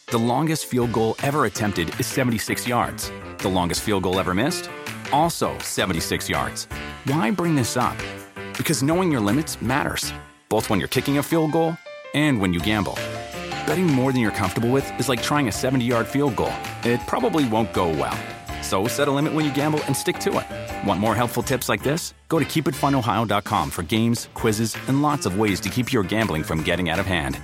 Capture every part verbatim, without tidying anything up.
The longest field goal ever attempted is seventy-six yards. The longest field goal ever missed? Also seventy-six yards. Why bring this up? Because knowing your limits matters, both when you're kicking a field goal and when you gamble. Betting more than you're comfortable with is like trying a seventy-yard field goal. It probably won't go well. So set a limit when you gamble and stick to it. Want more helpful tips like this? Go to keep it fun ohio dot com for games, quizzes, and lots of ways to keep your gambling from getting out of hand.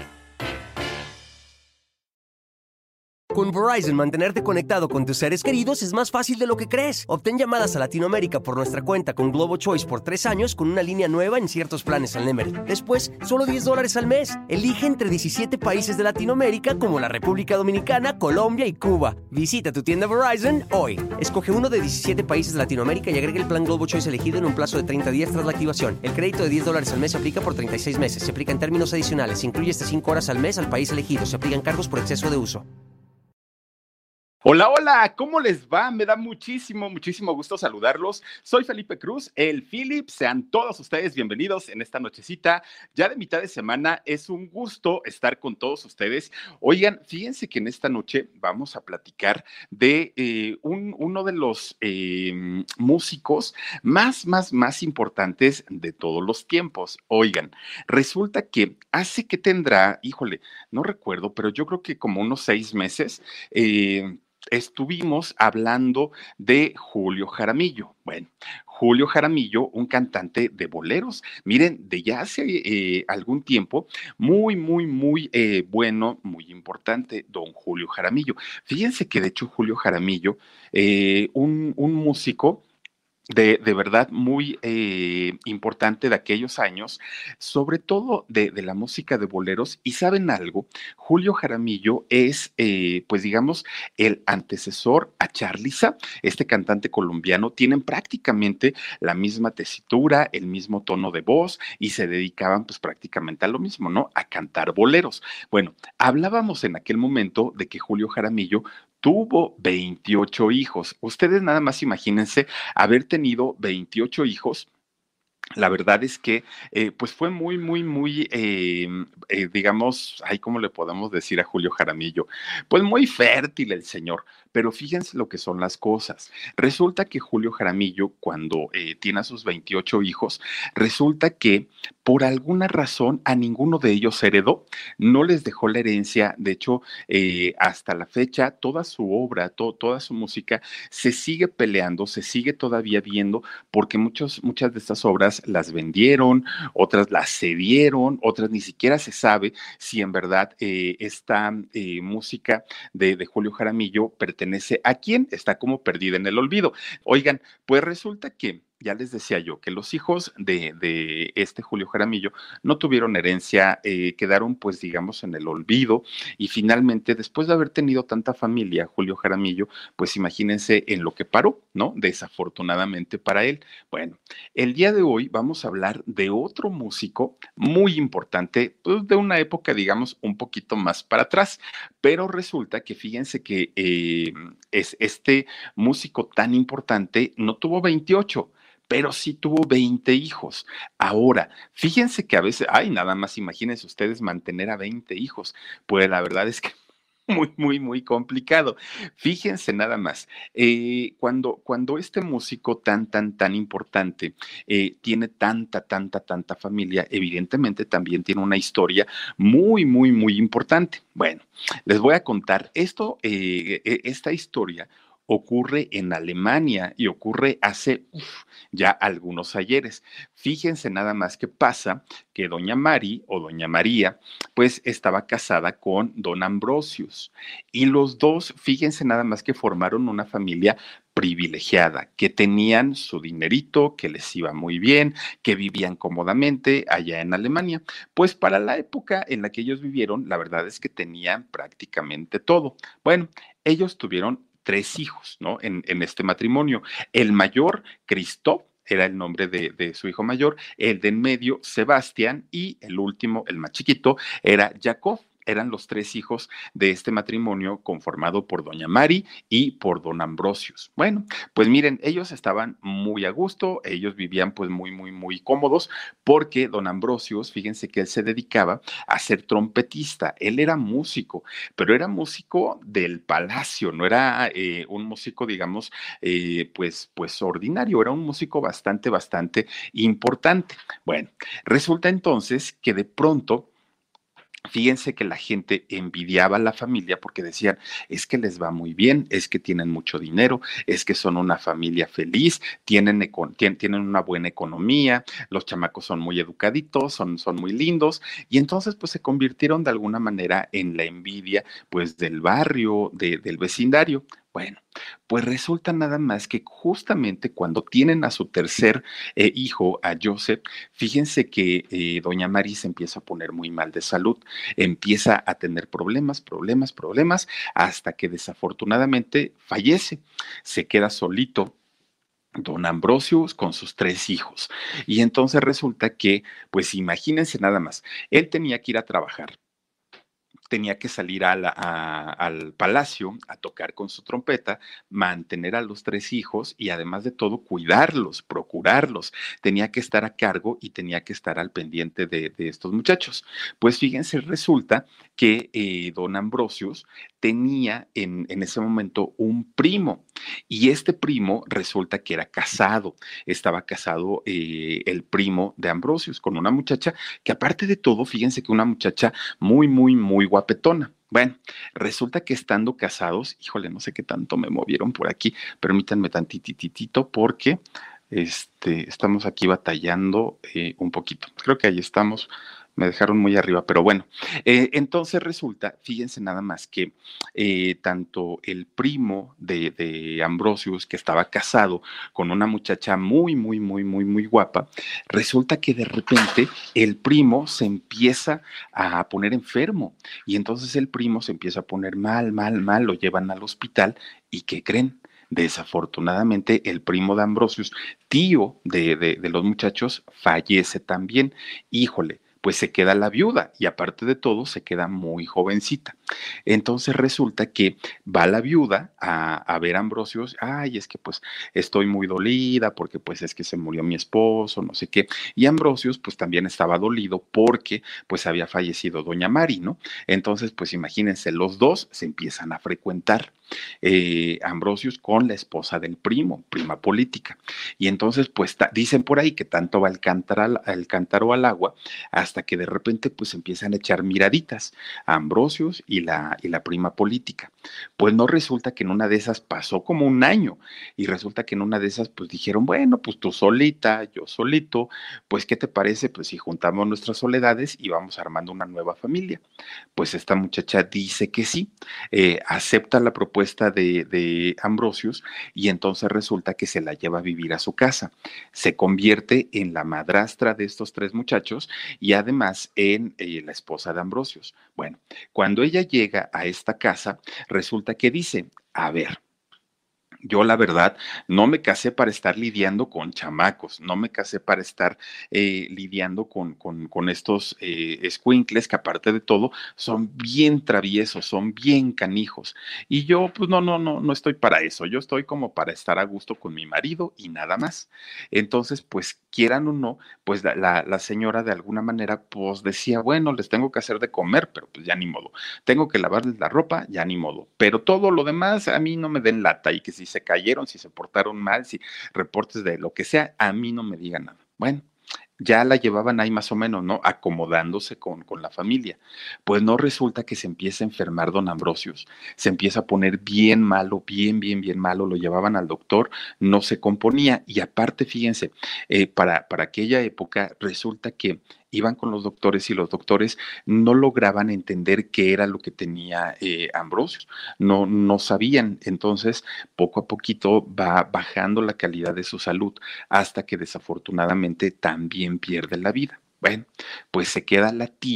Con Verizon, mantenerte conectado con tus seres queridos es más fácil de lo que crees. Obtén llamadas a Latinoamérica por nuestra cuenta con Globo Choice por tres años con una línea nueva en ciertos planes al Nemery. Después, solo diez dólares al mes. Elige entre diecisiete países de Latinoamérica como la República Dominicana, Colombia y Cuba. Visita tu tienda Verizon hoy. Escoge uno de diecisiete países de Latinoamérica y agrega el plan Globo Choice elegido en un plazo de treinta días tras la activación. El crédito de diez dólares al mes se aplica por treinta y seis meses. Se aplica en términos adicionales. Se incluye hasta cinco horas al mes al país elegido. Se aplican cargos por exceso de uso. Hola, hola, ¿cómo les va? Me da muchísimo, muchísimo gusto saludarlos. Soy Felipe Cruz, el Philip. Sean todos ustedes bienvenidos en esta nochecita ya de mitad de semana. Es un gusto estar con todos ustedes. Oigan, fíjense que en esta noche vamos a platicar de eh, un, uno de los eh, músicos más, más, más importantes de todos los tiempos. Oigan, resulta que hace que tendrá, híjole, no recuerdo, pero yo creo que como unos seis meses, eh, estuvimos hablando de Julio Jaramillo. Bueno, Julio Jaramillo, un cantante de boleros, miren, de ya hace eh, algún tiempo, muy, muy, muy eh, bueno, muy importante, don Julio Jaramillo. Fíjense que de hecho Julio Jaramillo, eh, un, un músico De, de verdad muy eh, importante de aquellos años, sobre todo de, de la música de boleros. Y ¿saben algo? Julio Jaramillo es, eh, pues digamos, el antecesor a Charliza, este cantante colombiano. Tienen prácticamente la misma tesitura, el mismo tono de voz y se dedicaban pues prácticamente a lo mismo, ¿no? A cantar boleros. Bueno, hablábamos en aquel momento de que Julio Jaramillo tuvo veintiocho hijos. Ustedes nada más imagínense haber tenido veintiocho hijos. La verdad es que, eh, pues fue muy, muy, muy, eh, eh, digamos, ay, ¿cómo le podemos decir a Julio Jaramillo? Pues muy fértil el señor, pero fíjense lo que son las cosas. Resulta que Julio Jaramillo, cuando eh, tiene a sus veintiocho hijos, resulta que por alguna razón a ninguno de ellos heredó, no les dejó la herencia. De hecho, eh, hasta la fecha, toda su obra, to toda su música se sigue peleando, se sigue todavía viendo, porque muchos, muchas de estas obras las vendieron, otras las cedieron, otras ni siquiera se sabe si en verdad eh, esta eh, música de, de Julio Jaramillo pertenece a quién, está como perdida en el olvido. Oigan, pues resulta que ya les decía yo que los hijos de, de este Julio Jaramillo no tuvieron herencia, eh, quedaron pues digamos en el olvido y finalmente después de haber tenido tanta familia Julio Jaramillo, pues imagínense en lo que paró, ¿no? Desafortunadamente para él. Bueno, el día de hoy vamos a hablar de otro músico muy importante, pues de una época digamos un poquito más para atrás, pero resulta que fíjense que eh, es este músico tan importante no tuvo veintiocho, pero sí tuvo veinte hijos. Ahora, fíjense que a veces, ay, nada más imagínense ustedes mantener a veinte hijos. Pues la verdad es que muy, muy, muy complicado. Fíjense nada más, eh, cuando, cuando este músico tan, tan, tan importante eh, tiene tanta, tanta, tanta familia, evidentemente también tiene una historia muy, muy, muy importante. Bueno, les voy a contar esto, eh, eh, esta historia ocurre en Alemania y ocurre hace uf, ya algunos ayeres. Fíjense nada más que pasa que doña Mari o doña María pues estaba casada con don Ambrosius y los dos, fíjense nada más que formaron una familia privilegiada, que tenían su dinerito, que les iba muy bien, que vivían cómodamente allá en Alemania. Pues para la época en la que ellos vivieron, la verdad es que tenían prácticamente todo. Bueno, ellos tuvieron tres hijos, ¿no? En, en este matrimonio. El mayor, Christoph, era el nombre de, de su hijo mayor, el de en medio, Sebastián, y el último, el más chiquito, era Jacob. eran los tres hijos de este matrimonio conformado por doña Mari y por don Ambrosius. Bueno, pues miren, ellos estaban muy a gusto, ellos vivían pues muy, muy, muy cómodos porque don Ambrosius, fíjense que él se dedicaba a ser trompetista, él era músico, pero era músico del palacio, no era eh, un músico, digamos, eh, pues, pues ordinario, era un músico bastante, bastante importante. Bueno, resulta entonces que de pronto fíjense que la gente envidiaba a la familia porque decían, es que les va muy bien, es que tienen mucho dinero, es que son una familia feliz, tienen, eco- tien- tienen una buena economía, los chamacos son muy educaditos, son, son muy lindos, y entonces pues se convirtieron de alguna manera en la envidia pues del barrio, de- del vecindario. Bueno, pues resulta nada más que justamente cuando tienen a su tercer eh, hijo, a Joseph, fíjense que eh, doña Mari se empieza a poner muy mal de salud, empieza a tener problemas, problemas, problemas, hasta que desafortunadamente fallece. Se queda solito don Ambrosius con sus tres hijos. Y entonces resulta que, pues imagínense nada más, él tenía que ir a trabajar, tenía que salir a la- a- al palacio a tocar con su trompeta, mantener a los tres hijos y además de todo cuidarlos, procurarlos. Tenía que estar a cargo y tenía que estar al pendiente de, de estos muchachos. Pues fíjense, resulta que eh, don Ambrosius tenía en, en ese momento un primo y este primo resulta que era casado. Estaba casado eh, el primo de Ambrosius con una muchacha que aparte de todo, fíjense que una muchacha muy, muy, muy guapetona. Bueno, resulta que estando casados, híjole, no sé qué tanto me movieron por aquí, permítanme tantititito porque este, estamos aquí batallando eh, un poquito. Creo que ahí estamos, me dejaron muy arriba, pero bueno, eh, entonces resulta, fíjense nada más que eh, tanto el primo de, de Ambrosius, que estaba casado con una muchacha muy, muy, muy, muy, muy guapa, resulta que de repente el primo se empieza a poner enfermo y entonces el primo se empieza a poner mal, mal, mal, lo llevan al hospital y ¿qué creen? Desafortunadamente, el primo de Ambrosius, tío de, de, de los muchachos, fallece también. Híjole, pues se queda la viuda y aparte de todo se queda muy jovencita. Entonces resulta que va la viuda a, a ver a Ambrosius, ay, es que pues estoy muy dolida porque pues es que se murió mi esposo, no sé qué. Y Ambrosius pues también estaba dolido porque pues había fallecido doña Mari, ¿no? Entonces pues imagínense, los dos se empiezan a frecuentar. Eh, Ambrosius con la esposa del primo, prima política. Y entonces, pues ta- dicen por ahí que tanto va el cántaro al, el cántaro al agua hasta que de repente pues empiezan a echar miraditas a Ambrosius y la, y la prima política. Pues no resulta que en una de esas pasó como un año y resulta que en una de esas pues dijeron, bueno, pues tú solita, yo solito, pues ¿qué te parece? Pues si juntamos nuestras soledades y vamos armando una nueva familia. Pues esta muchacha dice que sí, eh, acepta la propuesta de, de Ambrosius y entonces resulta que se la lleva a vivir a su casa. Se convierte en la madrastra de estos tres muchachos y además en eh, la esposa de Ambrosius. Bueno, cuando ella llega a esta casa, resulta que dice, a ver, yo la verdad no me casé para estar lidiando con chamacos, no me casé para estar eh, lidiando con, con, con estos eh, escuincles que aparte de todo son bien traviesos, son bien canijos. Y yo pues no, no, no, no estoy para eso, yo estoy como para estar a gusto con mi marido y nada más. Entonces pues quieran o no, pues la, la, la señora de alguna manera pues decía, bueno, les tengo que hacer de comer, pero pues ya ni modo, tengo que lavarles la ropa, ya ni modo, pero todo lo demás a mí no me den lata y que si se cayeron, si se portaron mal, si reportes de lo que sea, a mí no me digan nada. Bueno, ya la llevaban ahí más o menos, ¿no? Acomodándose con, con la familia. Pues no resulta que se empieza a enfermar don Ambrosius, se empieza a poner bien malo, bien, bien, bien malo, lo llevaban al doctor, no se componía y aparte, fíjense, eh, para, para aquella época resulta que iban con los doctores y los doctores no lograban entender qué era lo que tenía eh, Ambrosius, no, no sabían, entonces poco a poquito va bajando la calidad de su salud hasta que desafortunadamente también pierde la vida. Bueno, pues se queda la tía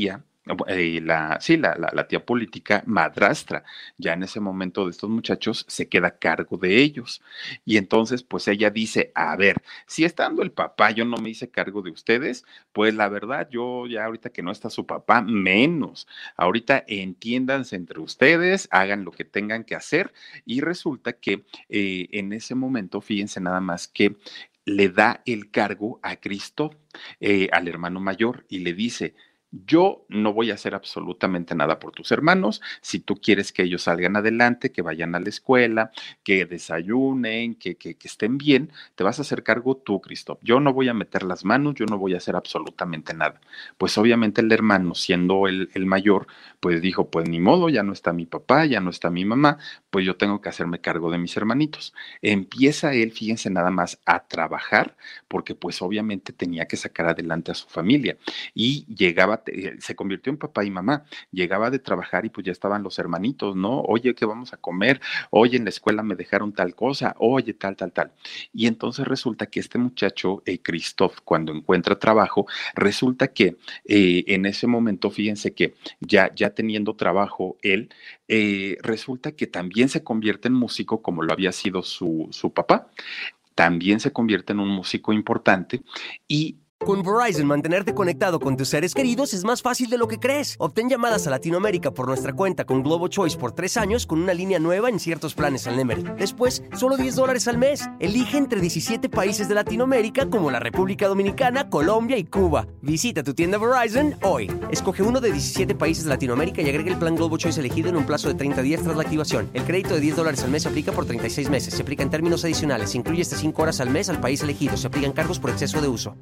eh, la, sí, la, la, la tía política madrastra, ya en ese momento de estos muchachos, se queda a cargo de ellos. Y entonces, pues ella dice, a ver, si estando el papá yo no me hice cargo de ustedes, pues la verdad, yo ya ahorita que no está su papá, menos. Ahorita entiéndanse entre ustedes, hagan lo que tengan que hacer. Y resulta que eh, en ese momento, fíjense nada más que le da el cargo a Cristo, eh, al hermano mayor, y le dice, yo no voy a hacer absolutamente nada por tus hermanos. Si tú quieres que ellos salgan adelante, que vayan a la escuela, que desayunen, que, que, que estén bien, te vas a hacer cargo tú, Cristo. Yo no voy a meter las manos, yo no voy a hacer absolutamente nada. Pues obviamente el hermano, siendo el, el mayor, pues dijo, pues ni modo, ya no está mi papá, ya no está mi mamá, pues yo tengo que hacerme cargo de mis hermanitos. Empieza él, fíjense nada más, a trabajar, porque pues obviamente tenía que sacar adelante a su familia y llegaba, se convirtió en papá y mamá, llegaba de trabajar y pues ya estaban los hermanitos, ¿no? Oye, ¿qué vamos a comer? Oye, en la escuela me dejaron tal cosa, oye, tal, tal, tal. Y entonces resulta que este muchacho, eh, Christoph, cuando encuentra trabajo, resulta que eh, en ese momento, fíjense que ya, ya teniendo trabajo él, eh, resulta que también se convierte en músico como lo había sido su, su papá, también se convierte en un músico importante y con Verizon, mantenerte conectado con tus seres queridos es más fácil de lo que crees. Obtén llamadas a Latinoamérica por nuestra cuenta con Globo Choice por tres años con una línea nueva en ciertos planes al Nemery. Después, solo diez dólares al mes. Elige entre diecisiete países de Latinoamérica como la República Dominicana, Colombia y Cuba. Visita tu tienda Verizon hoy. Escoge uno de diecisiete países de Latinoamérica y agrega el plan Globo Choice elegido en un plazo de treinta días tras la activación. El crédito de diez dólares al mes se aplica por treinta y seis meses. Se aplica en términos adicionales. Se incluye hasta cinco horas al mes al país elegido. Se aplican cargos por exceso de uso.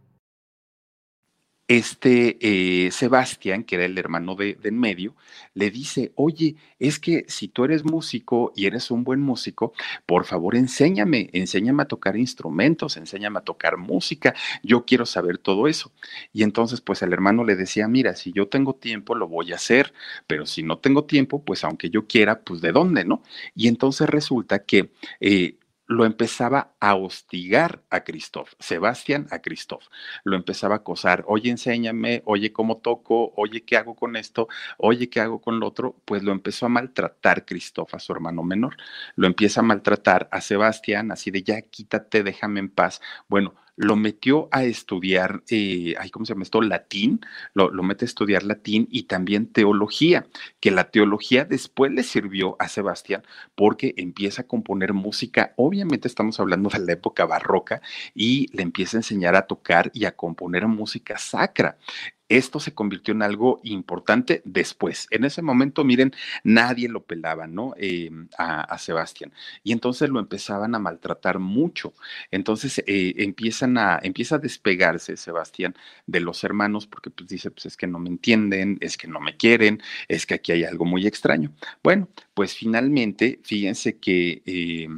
este eh, Sebastián, que era el hermano de, de en medio, le dice, oye, es que si tú eres músico y eres un buen músico, por favor enséñame, enséñame a tocar instrumentos, enséñame a tocar música, yo quiero saber todo eso. Y entonces pues el hermano le decía, mira, si yo tengo tiempo lo voy a hacer, pero si no tengo tiempo, pues aunque yo quiera, pues de dónde, ¿no? Y entonces resulta que... Eh, lo empezaba a hostigar a Christoph, Sebastián a Christoph, lo empezaba a acosar, oye, enséñame, oye, cómo toco, oye, qué hago con esto, oye, qué hago con lo otro, pues lo empezó a maltratar Christoph, a su hermano menor, lo empieza a maltratar a Sebastián, así de ya quítate, déjame en paz. Bueno, lo metió a estudiar, eh, ay, ¿cómo se llama esto? Latín, lo, lo mete a estudiar latín y también teología, que la teología después le sirvió a Sebastián porque empieza a componer música, obviamente estamos hablando de la época barroca, y le empieza a enseñar a tocar y a componer música sacra. Esto se convirtió en algo importante después. En ese momento, miren, nadie lo pelaba, ¿no? Eh, a, a, Sebastián. Y entonces lo empezaban a maltratar mucho. Entonces eh, empiezan a, empieza a despegarse Sebastián de los hermanos porque pues dice, pues es que no me entienden, es que no me quieren, es que aquí hay algo muy extraño. Bueno, pues finalmente, fíjense que... Eh,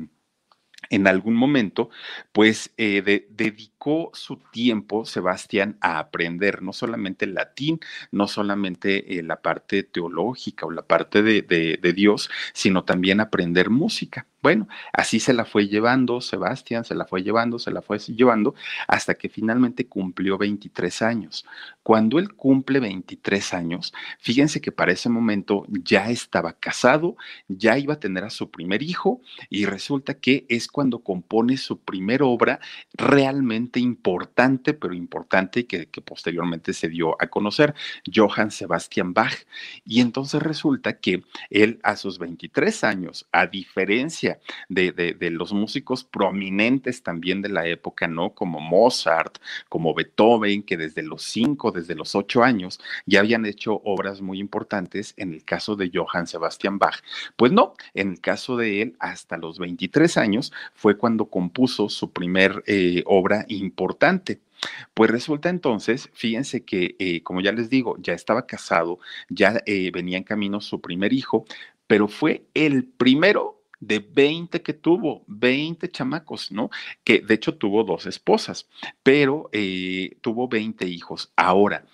en algún momento, pues eh, de, dedicó su tiempo, Sebastián, a aprender no solamente el latín, no solamente eh, la parte teológica o la parte de, de, de Dios, sino también aprender música. Bueno, así se la fue llevando Sebastián, se la fue llevando, se la fue llevando, hasta que finalmente cumplió veintitrés años. Cuando él cumple veintitrés años, fíjense que para ese momento ya estaba casado, ya iba a tener a su primer hijo, y resulta que es cuando compone su primera obra realmente importante, pero importante, que, que posteriormente se dio a conocer, Johann Sebastian Bach. Y entonces resulta que él a sus veintitrés años, a diferencia de, de, de los músicos prominentes también de la época, ¿no? Como Mozart, como Beethoven, que desde los cinco, desde los ocho años ya habían hecho obras muy importantes. En el caso de Johann Sebastian Bach, pues no, en el caso de él, hasta los veintitrés años fue cuando compuso su primer eh, obra importante. Pues resulta entonces, fíjense que, eh, como ya les digo, ya estaba casado, ya eh, venía en camino su primer hijo, pero fue el primero de veinte que tuvo, veinte chamacos, ¿no? Que de hecho tuvo dos esposas, pero eh, tuvo veinte hijos. Ahora,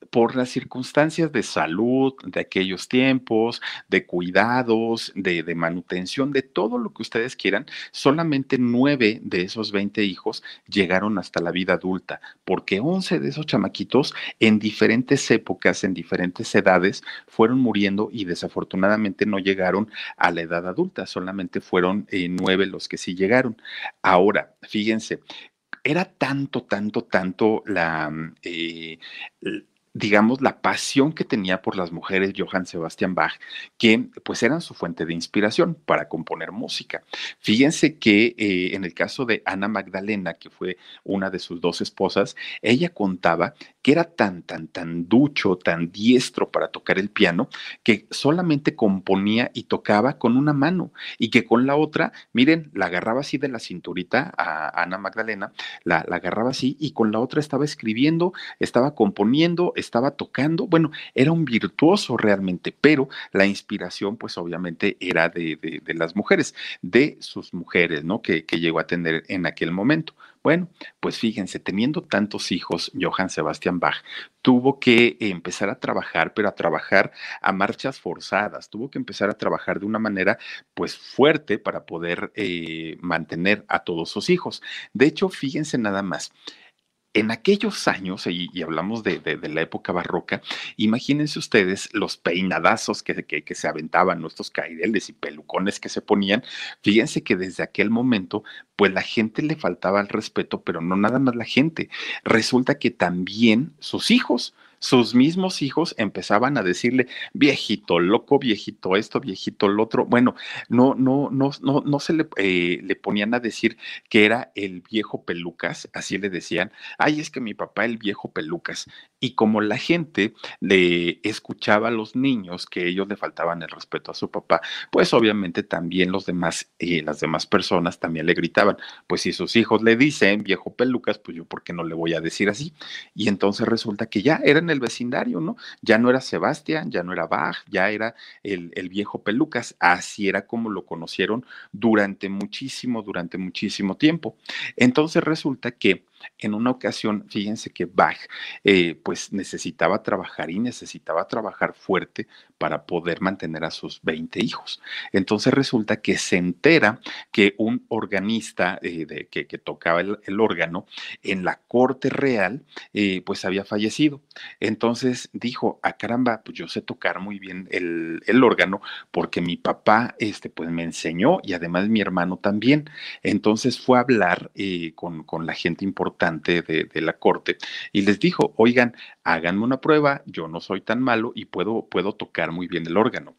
Por las circunstancias de salud de aquellos tiempos, de cuidados, de, de manutención, de todo lo que ustedes quieran, solamente nueve de esos veinte hijos llegaron hasta la vida adulta, porque once de esos chamaquitos en diferentes épocas, en diferentes edades, fueron muriendo y desafortunadamente no llegaron a la edad adulta, solamente fueron eh, nueve los que sí llegaron. Ahora, fíjense, era tanto, tanto, tanto la, mm, eh, l- digamos, la pasión que tenía por las mujeres Johann Sebastian Bach, que pues eran su fuente de inspiración para componer música. Fíjense que eh, en el caso de Ana Magdalena, que fue una de sus dos esposas, ella contaba que era tan, tan, tan ducho, tan diestro para tocar el piano, que solamente componía y tocaba con una mano y que con la otra, miren, la agarraba así de la cinturita a Ana Magdalena, la, la agarraba así y con la otra estaba escribiendo, estaba componiendo, estaba tocando, bueno, era un virtuoso realmente, pero la inspiración pues obviamente era de, de, de las mujeres, de sus mujeres, ¿no? Que, que llegó a tener en aquel momento. Bueno, pues fíjense, teniendo tantos hijos, Johann Sebastian Bach tuvo que empezar a trabajar, pero a trabajar a marchas forzadas, tuvo que empezar a trabajar de una manera pues fuerte para poder eh, mantener a todos sus hijos. De hecho, fíjense nada más, en aquellos años, y, y hablamos de, de, de, la época barroca, imagínense ustedes los peinadazos que, que, que se aventaban, nuestros caireles y pelucones que se ponían. Fíjense que desde aquel momento, pues la gente le faltaba el respeto, pero no nada más la gente. Resulta que también sus hijos, sus mismos hijos empezaban a decirle, viejito loco, viejito esto, viejito lo otro. Bueno, no, no, no, no, no se le, eh, le ponían a decir que era el viejo pelucas, así le decían, ay, es que mi papá el viejo pelucas. Y como la gente le escuchaba a los niños que ellos le faltaban el respeto a su papá, pues obviamente también los demás, eh, las demás personas también le gritaban, pues si sus hijos le dicen viejo pelucas, pues yo por qué no le voy a decir así. Y entonces resulta que ya era en el vecindario, ¿no? Ya no era Sebastián, ya no era Bach, ya era el, el viejo pelucas. Así era como lo conocieron durante muchísimo, durante muchísimo tiempo. Entonces resulta que en una ocasión, fíjense que Bach eh, pues necesitaba trabajar y necesitaba trabajar fuerte para poder mantener a sus veinte hijos. Entonces resulta que se entera que un organista eh, de, que, que, tocaba el, el, órgano en la corte real eh, pues había fallecido. Entonces dijo, ah caramba, pues yo sé tocar muy bien el, el órgano porque mi papá este, pues me enseñó y además mi hermano también. Entonces fue a hablar eh, con, con la gente importante de, de, la corte y les dijo, oigan, háganme una prueba, yo no soy tan malo y puedo, puedo tocar muy bien el órgano.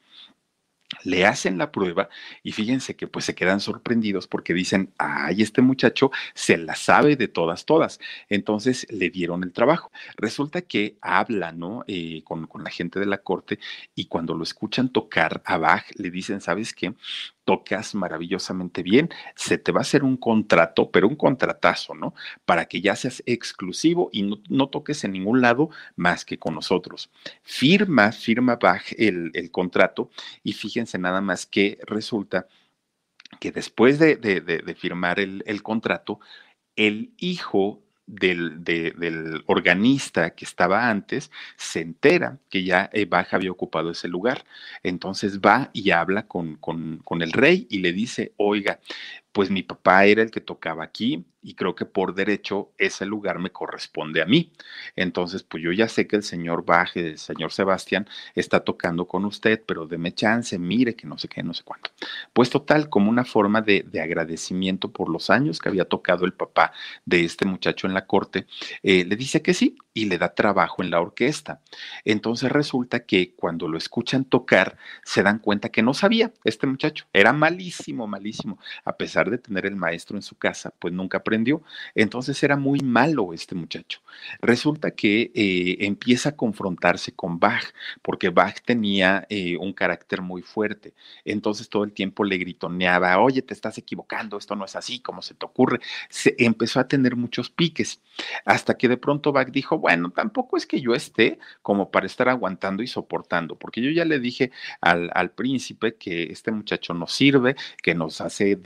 Le hacen la prueba y fíjense que pues se quedan sorprendidos porque dicen, ay, este muchacho se la sabe de todas, todas. Entonces le dieron el trabajo. Resulta que habla, ¿no? Eh, con, con la gente de la corte y cuando lo escuchan tocar a Bach, le dicen, ¿sabes qué? Tocas maravillosamente bien, se te va a hacer un contrato, pero un contratazo, ¿no? Para que ya seas exclusivo y no, no toques en ningún lado más que con nosotros. Firma, firma Bach el, el contrato y fíjense nada más que resulta que después de, de, de, de firmar el, el contrato, el hijo del, de, del organista que estaba antes se entera que ya eh, Bach había ocupado ese lugar. Entonces va y habla con, con, con el rey y le dice, oiga, pues mi papá era el que tocaba aquí y creo que por derecho ese lugar me corresponde a mí. Entonces, pues yo ya sé que el señor Bach, el señor Sebastián, está tocando con usted, pero deme chance, mire que no sé qué, no sé cuánto. Pues total, como una forma de, de agradecimiento por los años que había tocado el papá de este muchacho en la corte, eh, le dice que sí y le da trabajo en la orquesta. Entonces resulta que cuando lo escuchan tocar, se dan cuenta que no sabía este muchacho, era malísimo, malísimo, a pesar de tener el maestro en su casa, pues nunca aprendió. Entonces era muy malo este muchacho. Resulta que eh, empieza a confrontarse con Bach, porque Bach tenía eh, un carácter muy fuerte. Entonces todo el tiempo le gritoneaba, oye, te estás equivocando, esto no es así, ¿cómo se te ocurre? Se empezó a tener muchos piques, hasta que de pronto Bach dijo, bueno, tampoco es que yo esté como para estar aguantando y soportando, porque yo ya le dije al, al príncipe que este muchacho nos sirve, que nos hace desentonar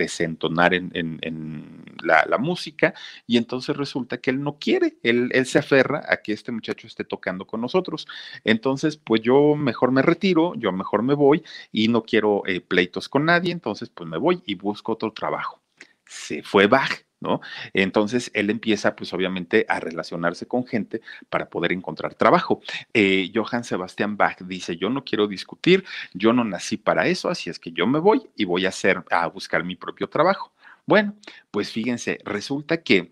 entonar en, en, en la, la, música, y entonces resulta que él no quiere, él, él se aferra a que este muchacho esté tocando con nosotros. Entonces, pues yo mejor me retiro, yo mejor me voy y no quiero eh, pleitos con nadie, entonces pues me voy y busco otro trabajo. Se fue Bach, ¿no? Entonces él empieza, pues obviamente, a relacionarse con gente para poder encontrar trabajo. Eh, Johann Sebastian Bach dice, yo no quiero discutir, yo no nací para eso, así es que yo me voy y voy a hacer, a buscar mi propio trabajo. Bueno, pues fíjense, resulta que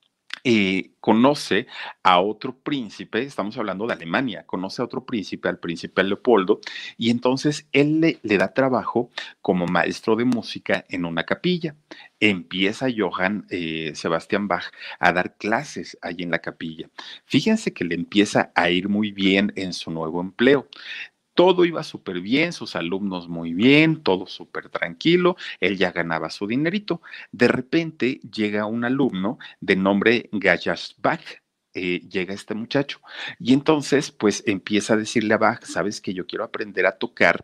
Eh, conoce a otro príncipe, estamos hablando de Alemania, conoce a otro príncipe, al príncipe Leopoldo, y entonces él le, le da trabajo como maestro de música en una capilla. Empieza Johann eh, Sebastian Bach a dar clases ahí en la capilla. Fíjense que le empieza a ir muy bien en su nuevo empleo. Todo iba súper bien, sus alumnos muy bien, todo súper tranquilo, él ya ganaba su dinerito. De repente llega un alumno de nombre Gayas Bach, eh, llega este muchacho y entonces pues empieza a decirle a Bach, sabes que yo quiero aprender a tocar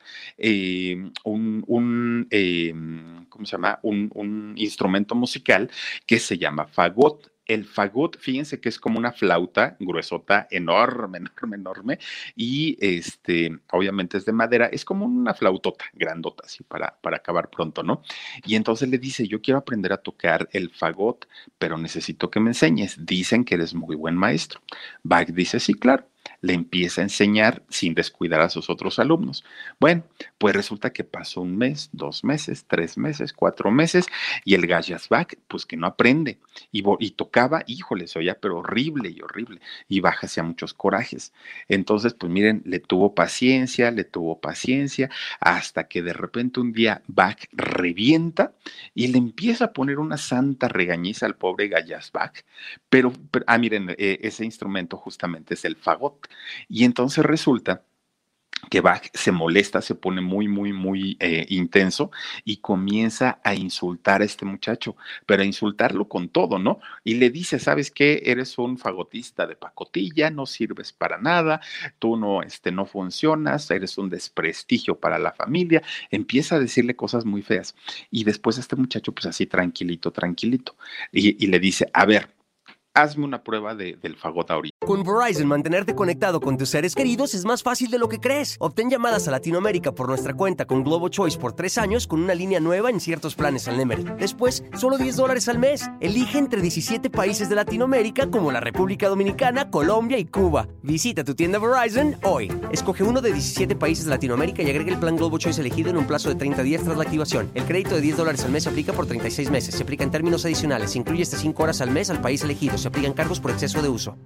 eh, un, un eh, ¿cómo se llama? Un, un instrumento musical que se llama fagot. El fagot, fíjense que es como una flauta gruesota, enorme, enorme, enorme, y este, obviamente es de madera, es como una flautota grandota, así para, para acabar pronto, ¿no? Y entonces le dice, yo quiero aprender a tocar el fagot, pero necesito que me enseñes. Dicen que eres muy buen maestro. Bach dice, sí, claro. Le empieza a enseñar sin descuidar a sus otros alumnos. Bueno, pues resulta que pasó un mes, dos meses, tres meses, cuatro meses, y el Gayas Bach, pues que no aprende, y, y tocaba, híjole, se oía, pero horrible y horrible, y Bach hacía muchos corajes. Entonces, pues miren, le tuvo paciencia, le tuvo paciencia, hasta que de repente un día Bach revienta y le empieza a poner una santa regañiza al pobre Gayas Bach, pero, pero ah, miren, eh, ese instrumento justamente es el fagot. Y entonces resulta que Bach se molesta, se pone muy, muy, muy eh, intenso y comienza a insultar a este muchacho, pero a insultarlo con todo, ¿no? Y le dice, ¿sabes qué? Eres un fagotista de pacotilla, no sirves para nada, tú no, este, no funcionas, eres un desprestigio para la familia. Empieza a decirle cosas muy feas. Y después este muchacho, pues así tranquilito, tranquilito, y, y le dice, a ver, hazme una prueba de, del fagot ahorita. Con Verizon, mantenerte conectado con tus seres queridos es más fácil de lo que crees. Obtén llamadas a Latinoamérica por nuestra cuenta con Globo Choice por tres años con una línea nueva en ciertos planes al Nemery. Después, solo diez dólares al mes. Elige entre diecisiete países de Latinoamérica como la República Dominicana, Colombia y Cuba. Visita tu tienda Verizon hoy. Escoge uno de diecisiete países de Latinoamérica y agrega el plan Globo Choice elegido en un plazo de treinta días tras la activación. El crédito de diez dólares al mes se aplica por treinta y seis meses. Se aplica en términos adicionales. Se incluye hasta cinco horas al mes al país elegido. Se aplican cargos por exceso de uso.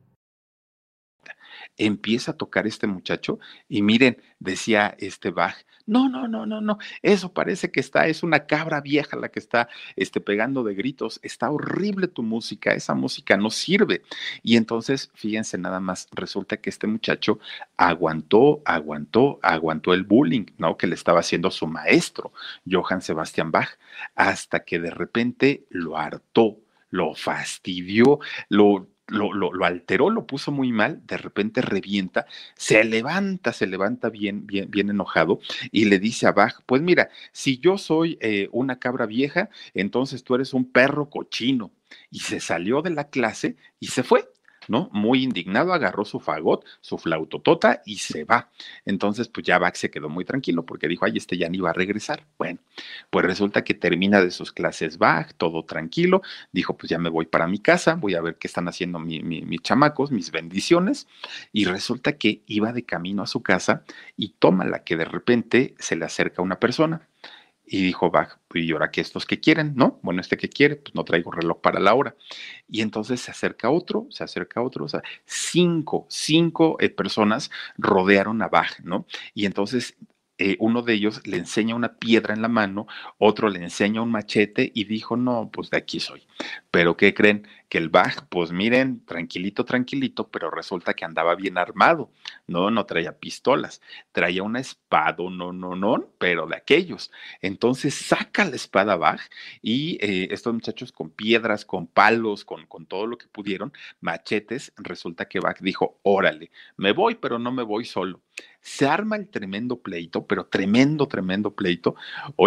Empieza a tocar este muchacho y miren, decía este Bach, no, no, no, no, no, eso parece que está, es una cabra vieja la que está este, pegando de gritos, está horrible tu música, esa música no sirve. Y entonces, fíjense nada más, resulta que este muchacho aguantó, aguantó, aguantó el bullying, ¿no? Que le estaba haciendo su maestro, Johann Sebastian Bach, hasta que de repente lo hartó, lo fastidió, lo Lo, lo, lo alteró, lo puso muy mal, de repente revienta, se levanta, se levanta bien, bien, bien enojado y le dice a Bach, pues mira, si yo soy eh, una cabra vieja, entonces tú eres un perro cochino. Y se salió de la clase y se fue, ¿no? Muy indignado, agarró su fagot, su flautotota y se va. Entonces, pues ya Bach se quedó muy tranquilo porque dijo, ay, este ya ni va a regresar. Bueno, pues resulta que termina de sus clases Bach, todo tranquilo, dijo, pues ya me voy para mi casa, voy a ver qué están haciendo mi, mi, mis chamacos, mis bendiciones, y resulta que iba de camino a su casa y tómala que de repente se le acerca una persona. Y dijo Bach, ¿y ahora qué estos que quieren? ¿No? Bueno, este que quiere, pues no traigo reloj para la hora. Y entonces se acerca otro, se acerca otro, o sea, cinco, cinco eh, personas rodearon a Bach, ¿no? Y entonces eh, uno de ellos le enseña una piedra en la mano, otro le enseña un machete y dijo, no, pues de aquí soy. Pero ¿qué creen? Que el Bach, pues miren, tranquilito, tranquilito, pero resulta que andaba bien armado, no, no traía pistolas, traía una espada, no, no, no, pero de aquellos. Entonces saca la espada Bach y eh, estos muchachos con piedras, con palos, con, con todo lo que pudieron, machetes, resulta que Bach dijo, órale, me voy, pero no me voy solo. Se arma el tremendo pleito, pero tremendo, tremendo pleito. Oigan,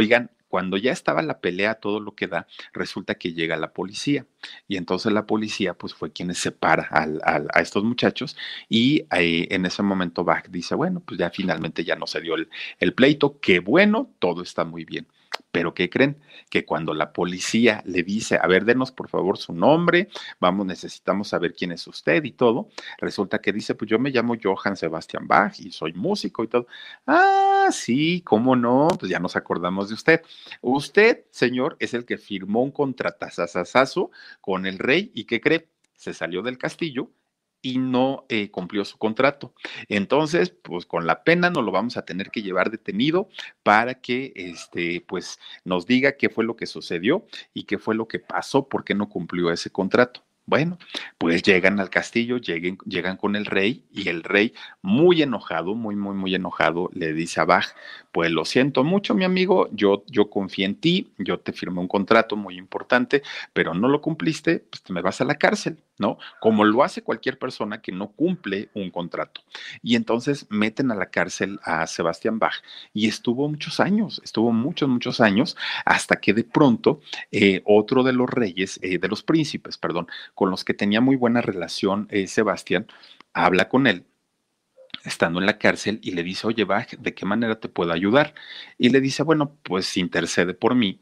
Cuando ya estaba la pelea, todo lo que da, resulta que llega la policía y entonces la policía pues fue quien separa al, al, a estos muchachos y eh, en ese momento Bach dice, bueno, pues ya finalmente ya no se dio el, el pleito, qué bueno, todo está muy bien. Pero ¿qué creen? Que cuando la policía le dice, a ver, denos por favor su nombre, vamos, necesitamos saber quién es usted y todo, resulta que dice, pues yo me llamo Johann Sebastian Bach y soy músico y todo. Ah, sí, ¿cómo no? Pues ya nos acordamos de usted. Usted, señor, es el que firmó un contratazazazazo con el rey y ¿qué cree? Se salió del castillo y no eh, cumplió su contrato. Entonces, pues con la pena nos lo vamos a tener que llevar detenido para que este, pues, nos diga qué fue lo que sucedió y qué fue lo que pasó, por qué no cumplió ese contrato. Bueno, pues llegan al castillo, lleguen, llegan con el rey y el rey, muy enojado, muy, muy, muy enojado, le dice a Bach, pues lo siento mucho, mi amigo, yo, yo confié en ti, yo te firmé un contrato muy importante, pero no lo cumpliste, pues te me vas a la cárcel, ¿no? Como lo hace cualquier persona que no cumple un contrato. Y entonces meten a la cárcel a Sebastián Bach y estuvo muchos años, estuvo muchos, muchos años, hasta que de pronto eh, otro de los reyes, eh, de los príncipes, perdón, con los que tenía muy buena relación eh, Sebastián, habla con él estando en la cárcel y le dice, oye, Bach, ¿de qué manera te puedo ayudar? Y le dice, bueno, pues intercede por mí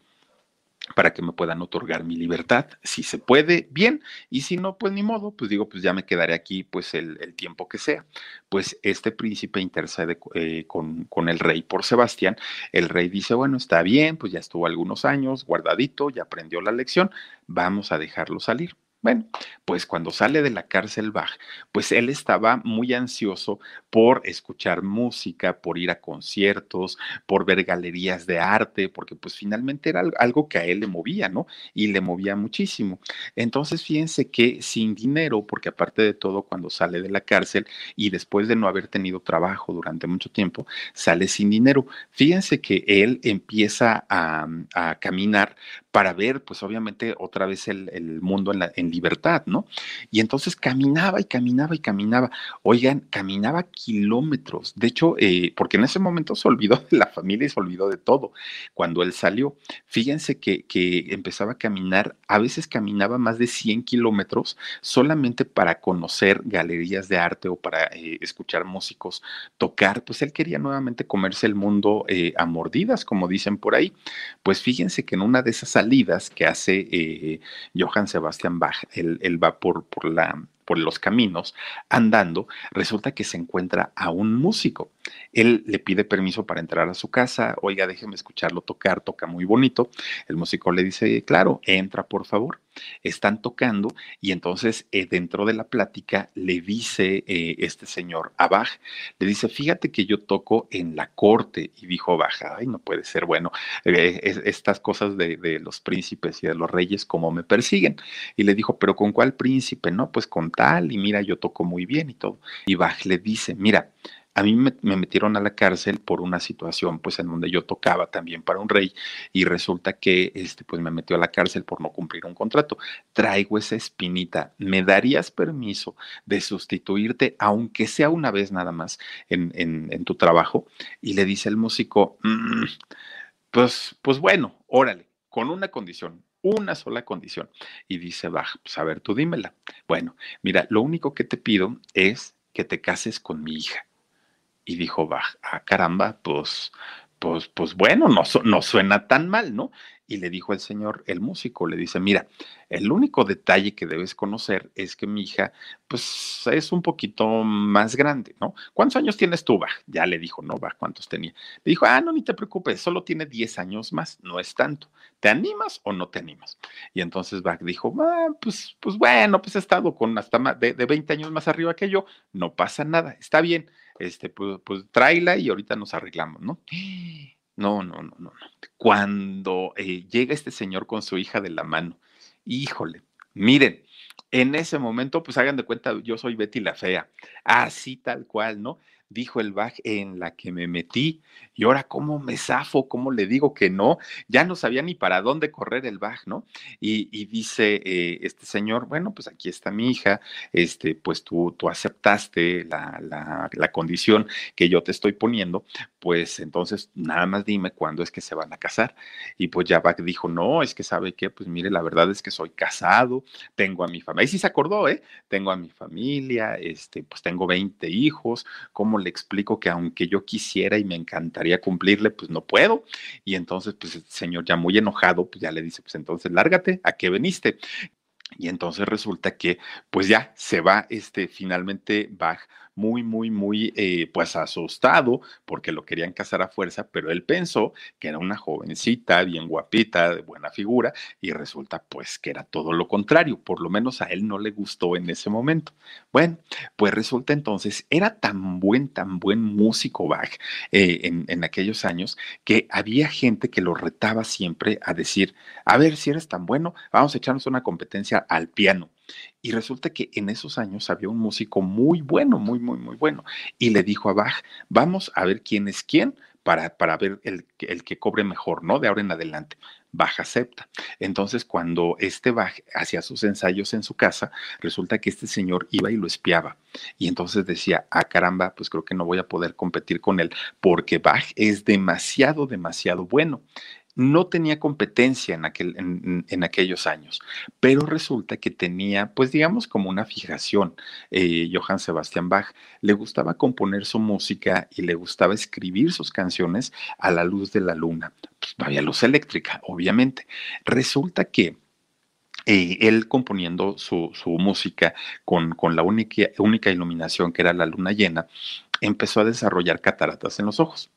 para que me puedan otorgar mi libertad. Si se puede, bien, y si no, pues ni modo, pues digo, pues ya me quedaré aquí pues el, el tiempo que sea. Pues este príncipe intercede eh, con, con el rey por Sebastián. El rey dice, bueno, está bien, pues ya estuvo algunos años guardadito, ya aprendió la lección, vamos a dejarlo salir. Bueno, pues cuando sale de la cárcel Bach, pues él estaba muy ansioso por escuchar música, por ir a conciertos, por ver galerías de arte, porque pues finalmente era algo que a él le movía, ¿no? Y le movía muchísimo. Entonces, fíjense que sin dinero, porque aparte de todo, cuando sale de la cárcel y después de no haber tenido trabajo durante mucho tiempo, sale sin dinero. Fíjense que él empieza a, a caminar para ver, pues obviamente, otra vez el, el mundo en, la, en libertad, ¿no? Y entonces caminaba y caminaba y caminaba. Oigan, caminaba kilómetros. De hecho, eh, porque en ese momento se olvidó de la familia y se olvidó de todo. Cuando él salió, fíjense que, que empezaba a caminar, a veces caminaba más de cien kilómetros solamente para conocer galerías de arte o para eh, escuchar músicos tocar. Pues él quería nuevamente comerse el mundo eh, a mordidas, como dicen por ahí. Pues fíjense que en una de esas salidas que hace eh, Johann Sebastian Bach, él, él va por, por, la, por los caminos andando, resulta que se encuentra a un músico. Él le pide permiso para entrar a su casa, oiga, déjeme escucharlo tocar, toca muy bonito. El músico le dice, claro, entra por favor. Están tocando y entonces eh, dentro de la plática le dice eh, este señor a Bach, le dice, fíjate que yo toco en la corte. Y dijo Bach, ay, no puede ser, bueno, eh, es, estas cosas de, de los príncipes y de los reyes, ¿cómo me persiguen? Y le dijo, pero ¿con cuál príncipe? No, pues con tal, y mira, yo toco muy bien y todo. Y Bach le dice, mira, a mí me, me, metieron a la cárcel por una situación, pues en donde yo tocaba también para un rey y resulta que, este, pues me metió a la cárcel por no cumplir un contrato. Traigo esa espinita. ¿Me darías permiso de sustituirte, aunque sea una vez nada más, en, en, en tu trabajo? Y le dice el músico, mmm, pues, pues bueno, órale, con una condición. Una sola condición. Y dice, Bach, pues a ver, tú dímela. Bueno, mira, lo único que te pido es que te cases con mi hija. Y dijo Bach, ah, caramba, pues, pues, pues bueno, no, no suena tan mal, ¿no? Y le dijo el señor, el músico, le dice, mira, el único detalle que debes conocer es que mi hija, pues, es un poquito más grande, ¿no? ¿Cuántos años tienes tú, Bach? Ya le dijo, no, Bach, ¿cuántos tenía? Le dijo, ah, no, ni te preocupes, solo tiene diez años más, no es tanto. ¿Te animas o no te animas? Y entonces Bach dijo, ah, pues, pues bueno, pues he estado con hasta más de, de veinte años más arriba que yo, no pasa nada, está bien, este, pues, pues tráela y ahorita nos arreglamos, ¿no? No, no, no, no, no. Cuando eh, llega este señor con su hija de la mano, híjole, miren, en ese momento, pues hagan de cuenta, yo soy Betty la Fea, así tal cual, ¿no? dijo el Bach, en la que me metí. Y ahora, ¿cómo me zafo? ¿Cómo le digo que no? Ya no sabía ni para dónde correr el Bach, ¿no? Y, y dice eh, este señor, bueno, pues aquí está mi hija, este, pues tú, tú aceptaste la, la, la condición que yo te estoy poniendo, pues entonces nada más dime cuándo es que se van a casar. Y pues ya Bach dijo, no, es que sabe qué, pues mire, la verdad es que soy casado, tengo a mi familia, ahí sí se acordó, ¿eh? Tengo a mi familia, este, pues tengo veinte hijos, ¿cómo le explico que aunque yo quisiera y me encantaría cumplirle, pues no puedo? Y entonces, pues el señor ya muy enojado, pues ya le dice, pues entonces lárgate, ¿a qué veniste? Y entonces resulta que, pues ya se va este, finalmente Bach muy, muy, muy, eh, pues asustado porque lo querían casar a fuerza, pero él pensó que era una jovencita, bien guapita, de buena figura, y resulta pues que era todo lo contrario, por lo menos a él no le gustó en ese momento. Bueno, pues resulta entonces, era tan buen, tan buen músico Bach eh, en, en aquellos años que había gente que lo retaba siempre a decir, a ver si eres tan bueno, vamos a echarnos una competencia al piano. Y resulta que en esos años había un músico muy bueno, muy, muy, muy bueno. Y le dijo a Bach, vamos a ver quién es quién para, para ver el, el que cobre mejor, ¿no? De ahora en adelante. Bach acepta. Entonces, cuando este Bach hacía sus ensayos en su casa, resulta que este señor iba y lo espiaba. Y entonces decía, ah, caramba, pues creo que no voy a poder competir con él porque Bach es demasiado, demasiado bueno. No tenía competencia en, aquel, en, en aquellos años, pero resulta que tenía, pues digamos, como una fijación. Eh, Johann Sebastian Bach le gustaba componer su música y le gustaba escribir sus canciones a la luz de la luna. Pues no había luz eléctrica, obviamente. Resulta que eh, él componiendo su, su música con, con la única, única iluminación que era la luna llena, empezó a desarrollar cataratas en los ojos.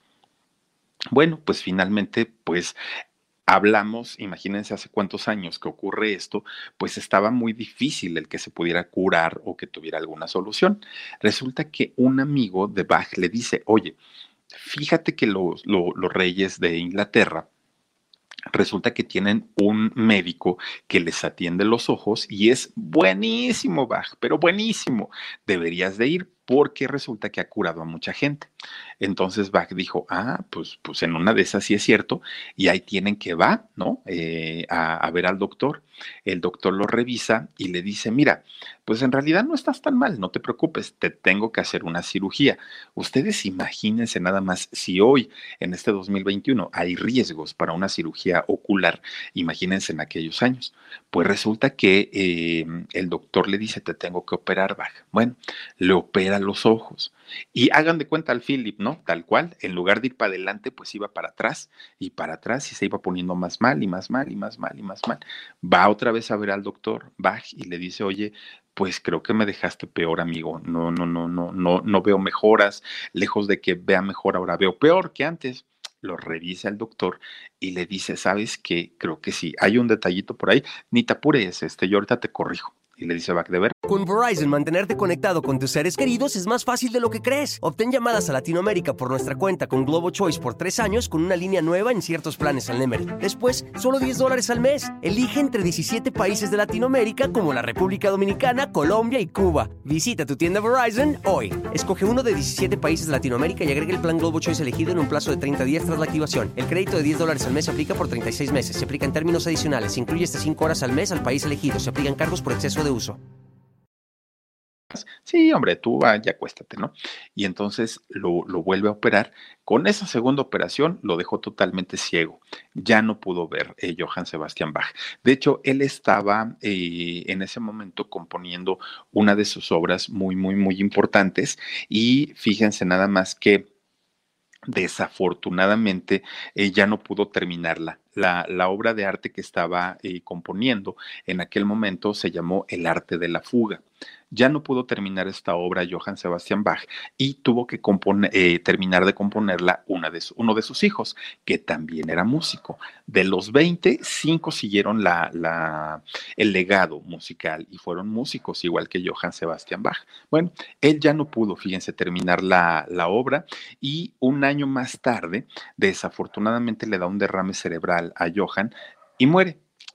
Bueno, pues finalmente, pues hablamos, imagínense hace cuántos años que ocurre esto, pues estaba muy difícil el que se pudiera curar o que tuviera alguna solución. Resulta que un amigo de Bach le dice, oye, fíjate que los, los, los reyes de Inglaterra resulta que tienen un médico que les atiende los ojos y es buenísimo, Bach, pero buenísimo. Deberías de ir porque resulta que ha curado a mucha gente. Entonces Bach dijo, ah, pues, pues en una de esas sí es cierto, y ahí tienen que va, ¿no? Eh, a, a ver al doctor. El doctor lo revisa y le dice, mira, pues en realidad no estás tan mal, no te preocupes, te tengo que hacer una cirugía. Ustedes imagínense nada más, si hoy, en este dos mil veintiuno, hay riesgos para una cirugía ocular, imagínense en aquellos años. Pues resulta que eh, el doctor le dice, te tengo que operar, Bach. Bueno, le opera los ojos. Y hagan de cuenta al Philip, ¿no? Tal cual, en lugar de ir para adelante, pues iba para atrás y para atrás y se iba poniendo más mal y más mal y más mal y más mal. Va otra vez a ver al doctor Bach y le dice, oye, pues creo que me dejaste peor, amigo. No, no, no, no, no, no veo mejoras. Lejos de que vea mejor, ahora veo peor que antes. Lo revisa el doctor y le dice, ¿sabes qué? Creo que sí, hay un detallito por ahí. Ni te apures, este, yo ahorita te corrijo. Y le dice Bach, de ver. Con Verizon, mantenerte conectado con tus seres queridos es más fácil de lo que crees. Obtén llamadas a Latinoamérica por nuestra cuenta con Globo Choice por tres años con una línea nueva en ciertos planes al Nemery. Después, solo diez dólares al mes. Elige entre diecisiete países de Latinoamérica como la República Dominicana, Colombia y Cuba. Visita tu tienda Verizon hoy. Escoge uno de diecisiete países de Latinoamérica y agrega el plan Globo Choice elegido en un plazo de treinta días tras la activación. El crédito de diez dólares al mes se aplica por treinta y seis meses. Se aplica en términos adicionales. Se incluye hasta cinco horas al mes al país elegido. Se aplican cargos por exceso de uso. Sí, hombre, tú ah, ya acuéstate, ¿no? Y entonces lo, lo vuelve a operar. Con esa segunda operación lo dejó totalmente ciego. Ya no pudo ver eh, Johann Sebastian Bach. De hecho, él estaba eh, en ese momento componiendo una de sus obras muy, muy, muy importantes. Y fíjense nada más que desafortunadamente eh, ya no pudo terminarla. La, la obra de arte que estaba eh, componiendo en aquel momento se llamó El arte de la fuga. Ya no pudo terminar esta obra Johann Sebastian Bach y tuvo que compone, eh, terminar de componerla una de su, uno de sus hijos, que también era músico. De los veinte, cinco siguieron la, la, el legado musical y fueron músicos igual que Johann Sebastian Bach. Bueno, él ya no pudo, fíjense, terminar la, la obra y un año más tarde, desafortunadamente le da un derrame cerebral a Johann y muere.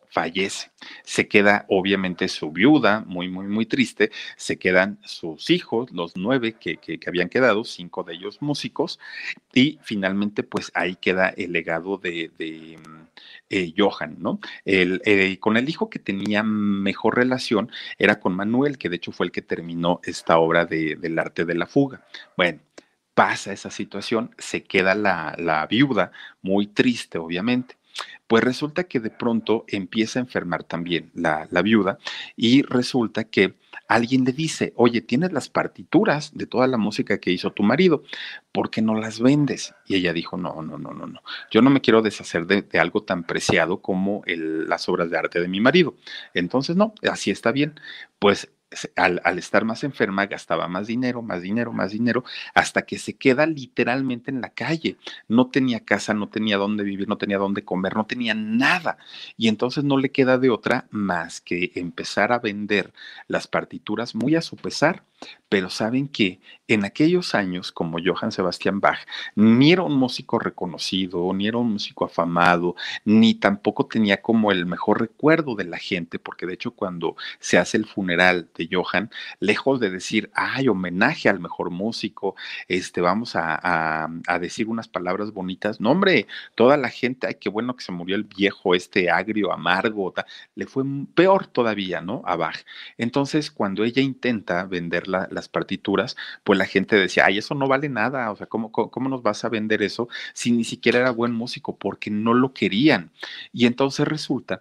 fallece. Se queda obviamente su viuda, muy, muy, muy triste, se quedan sus hijos, los nueve que, que, que habían quedado, cinco de ellos músicos, y finalmente pues ahí queda el legado de, de eh, Johann, ¿no? El, eh, con el hijo que tenía mejor relación era con Manuel, que de hecho fue el que terminó esta obra de, del arte de la fuga. Bueno, pasa esa situación, se queda la, la viuda muy triste, obviamente. Pues resulta que de pronto empieza a enfermar también la, la viuda y resulta que alguien le dice, oye, tienes las partituras de toda la música que hizo tu marido, ¿por qué no las vendes? Y ella dijo, no, no, no, no, no, yo no me quiero deshacer de, de algo tan preciado como el, las obras de arte de mi marido. Entonces, no, así está bien. Pues al, al, estar más enferma gastaba más dinero, más dinero, más dinero, hasta que se queda literalmente en la calle. No tenía casa, no tenía dónde vivir, no tenía dónde comer, no tenía nada. Y entonces no le queda de otra más que empezar a vender las partituras muy a su pesar. Pero saben que en aquellos años, como Johann Sebastian Bach, ni era un músico reconocido, ni era un músico afamado, ni tampoco tenía como el mejor recuerdo de la gente, porque de hecho cuando se hace el funeral de Johann, lejos de decir, ay, homenaje al mejor músico, este, vamos a, a, a decir unas palabras bonitas, no hombre, toda la gente, ay, qué bueno que se murió el viejo, este agrio, amargo, ta, le fue peor todavía, ¿no? A Bach. Entonces, cuando ella intenta vender la, las partituras, pues la gente decía, ay, eso no vale nada, o sea, ¿cómo, cómo, cómo nos vas a vender eso si ni siquiera era buen músico? Porque no lo querían. Y entonces resulta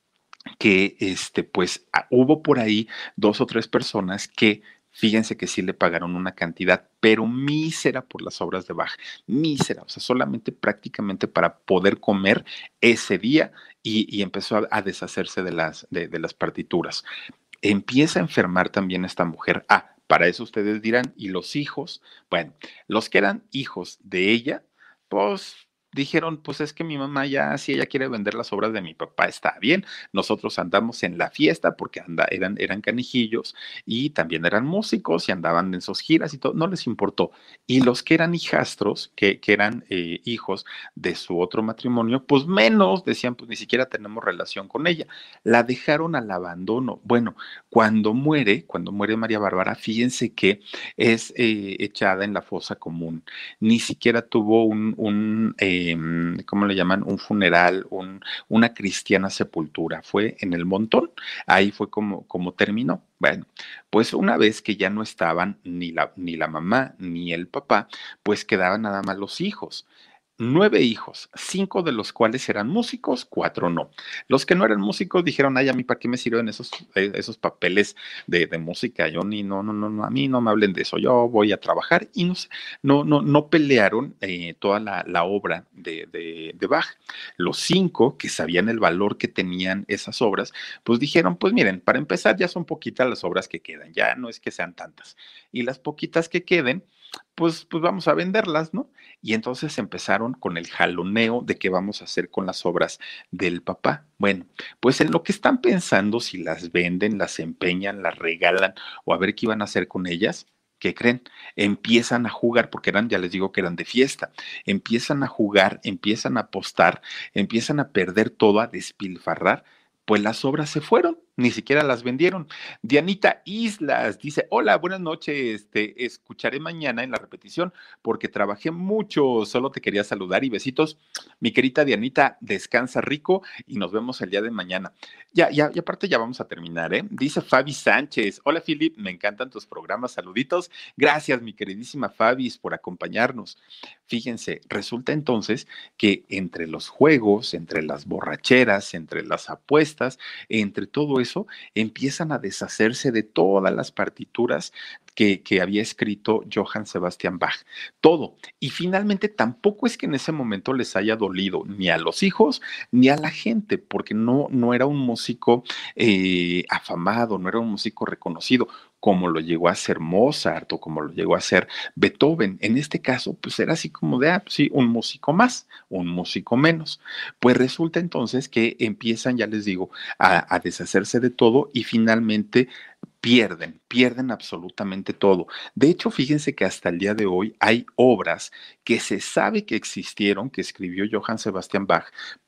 que, este, pues, hubo por ahí dos o tres personas que fíjense que sí le pagaron una cantidad, pero mísera por las obras de Bach, mísera, o sea, solamente prácticamente para poder comer ese día y, y empezó a, a deshacerse de las, de, de las partituras. Empieza a enfermar también esta mujer. Ah, para eso ustedes dirán, ¿y los hijos? Bueno, los que eran hijos de ella, pues dijeron, pues es que mi mamá ya, si ella quiere vender las obras de mi papá, está bien. Nosotros andamos en la fiesta porque anda, eran, eran canijillos y también eran músicos y andaban en sus giras y todo, no les importó. Y los que eran hijastros, que, que eran eh, hijos de su otro matrimonio, pues menos, decían, pues ni siquiera tenemos relación con ella. La dejaron al abandono. Bueno, cuando muere, cuando muere María Bárbara, fíjense que es eh, echada en la fosa común. Ni siquiera tuvo un, un eh, ¿cómo le llaman? Un funeral, un, una cristiana sepultura. Fue en el Montón. Ahí fue como, como terminó. Bueno, pues una vez que ya no estaban ni la, ni la mamá ni el papá, pues quedaban nada más los hijos. Nueve hijos, cinco de los cuales eran músicos, cuatro no. Los que no eran músicos dijeron, ay, a mí para qué me sirven esos, eh, esos papeles de, de música, yo ni, no, no, no, no, a mí no me hablen de eso, yo voy a trabajar y no, no, no, no pelearon eh, toda la, la obra de, de, de Bach. Los cinco que sabían el valor que tenían esas obras, pues dijeron, pues miren, para empezar ya son poquitas las obras que quedan, ya no es que sean tantas. Y las poquitas que queden, pues, pues vamos a venderlas, ¿no? Y entonces empezaron con el jaloneo de qué vamos a hacer con las obras del papá. Bueno, pues en lo que están pensando, si las venden, las empeñan, las regalan o a ver qué iban a hacer con ellas, ¿qué creen? Empiezan a jugar, porque eran, ya les digo que eran de fiesta, empiezan a jugar, empiezan a apostar, empiezan a perder todo, a despilfarrar, pues las obras se fueron, ni siquiera las vendieron. Dianita Islas dice, hola, buenas noches, te escucharé mañana en la repetición porque trabajé mucho, solo te quería saludar y besitos. Mi querida Dianita, descansa rico y nos vemos el día de mañana. Ya, ya, y aparte ya vamos a terminar, ¿eh? Dice Fabi Sánchez, hola Philip, me encantan tus programas, saluditos. Gracias, mi queridísima Fabi, por acompañarnos. Fíjense, resulta entonces que entre los juegos, entre las borracheras, entre las apuestas, entre todo eso, empiezan a deshacerse de todas las partituras que, que había escrito Johann Sebastian Bach. Todo. Y finalmente tampoco es que en ese momento les haya dolido ni a los hijos ni a la gente, porque no, no era un músico eh, afamado, no era un músico reconocido como lo llegó a ser Mozart o como lo llegó a ser Beethoven. En este caso, pues era así como de, ah, pues sí, un músico más, un músico menos. Pues resulta entonces que empiezan, ya les digo, a, a deshacerse de todo y finalmente pierden, pierden absolutamente todo. De hecho, fíjense que hasta el día de hoy hay obras que se sabe que existieron, que escribió Johann Sebastian Bach,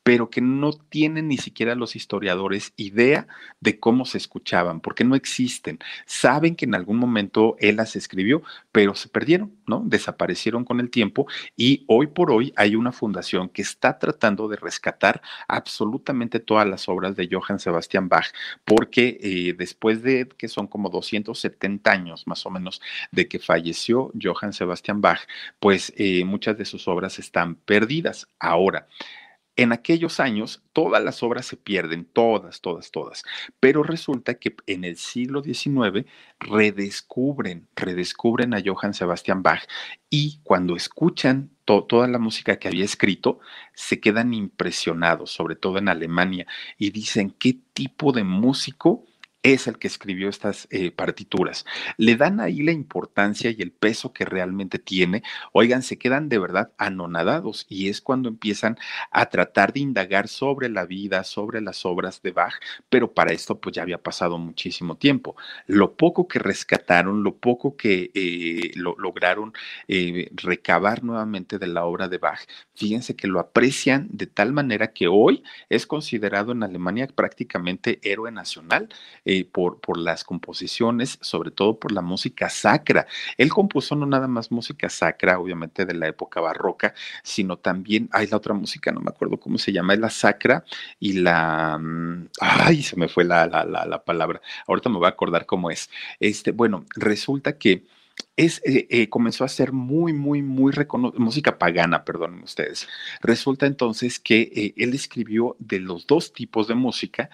pero que no tienen ni siquiera los historiadores idea de cómo se escuchaban, porque no existen. Saben que en algún momento él las escribió, pero se perdieron, ¿no? Desaparecieron con el tiempo y hoy por hoy hay una fundación que está tratando de rescatar absolutamente todas las obras de Johann Sebastian Bach, porque eh, después de que son como doscientos setenta años más o menos de que falleció Johann Sebastian Bach, pues eh, muchas de sus obras están perdidas. Ahora, en aquellos años, todas las obras se pierden, todas, todas, todas. Pero resulta que en el siglo diecinueve redescubren, redescubren a Johann Sebastian Bach y cuando escuchan to toda la música que había escrito, se quedan impresionados, sobre todo en Alemania, y dicen, ¿qué tipo de músico es el que escribió estas eh, partituras? Le dan ahí la importancia y el peso que realmente tiene. Oigan, se quedan de verdad anonadados y es cuando empiezan a tratar de indagar sobre la vida, sobre las obras de Bach, pero para esto pues ya había pasado muchísimo tiempo. Lo poco que rescataron, lo poco que eh, lo, lograron eh, recabar nuevamente de la obra de Bach, fíjense que lo aprecian de tal manera que hoy es considerado en Alemania prácticamente héroe nacional eh, por, por las composiciones, sobre todo por la música sacra. Él compuso no nada más música sacra, obviamente de la época barroca, sino también, hay la otra música, no me acuerdo cómo se llama, es la sacra y la, mm, ay, se me fue la, la, la, la palabra, ahorita me voy a acordar cómo es. Este, bueno, resulta que es, eh, eh, comenzó a ser muy, muy, muy reconocida, música pagana, perdonen ustedes. Resulta entonces que eh, él escribió de los dos tipos de música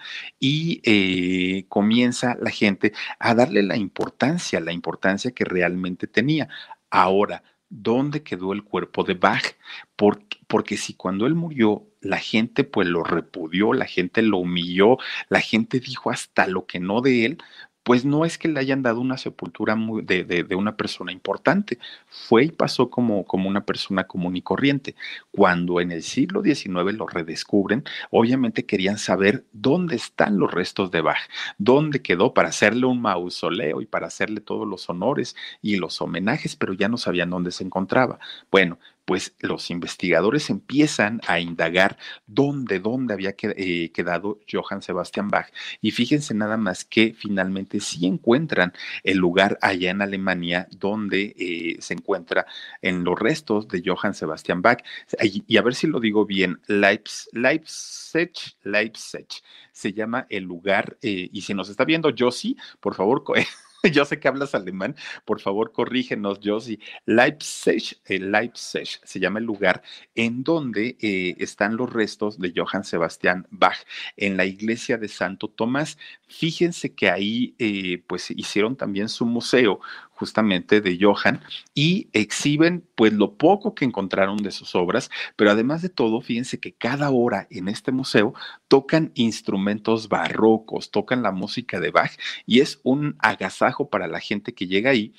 y eh, comienza la gente a darle la importancia, la importancia que realmente tenía. Ahora, ¿dónde quedó el cuerpo de Bach? Porque, porque si cuando él murió la gente pues lo repudió, la gente lo humilló, la gente dijo hasta lo que no de él, pues no es que le hayan dado una sepultura muy de, de, de, una persona importante, fue y pasó como, como una persona común y corriente. Cuando en el siglo diecinueve lo redescubren, obviamente querían saber dónde están los restos de Bach, dónde quedó para hacerle un mausoleo y para hacerle todos los honores y los homenajes, pero ya no sabían dónde se encontraba. Bueno, pues los investigadores empiezan a indagar dónde, dónde había que, eh, quedado Johann Sebastian Bach. Y fíjense nada más que finalmente sí encuentran el lugar allá en Alemania donde eh, se encuentra en los restos de Johann Sebastian Bach. Y, y a ver si lo digo bien, Leips, Leipzig, Leipzig, se llama el lugar. Eh, y si nos está viendo Josie, por favor, yo sé que hablas alemán, por favor corrígenos, Josie. Leipzig, eh, Leipzig se llama el lugar en donde eh, están los restos de Johann Sebastian Bach, en la iglesia de Santo Tomás. Fíjense que ahí eh, pues hicieron también su museo justamente de Johann y exhiben pues lo poco que encontraron de sus obras, pero además de todo, fíjense que cada hora en este museo tocan instrumentos barrocos, tocan la música de Bach y es un agasajo para la gente que llega ahí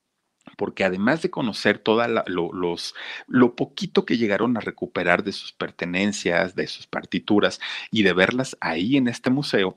porque además de conocer toda la, lo, los, lo poquito que llegaron a recuperar de sus pertenencias, de sus partituras y de verlas ahí en este museo,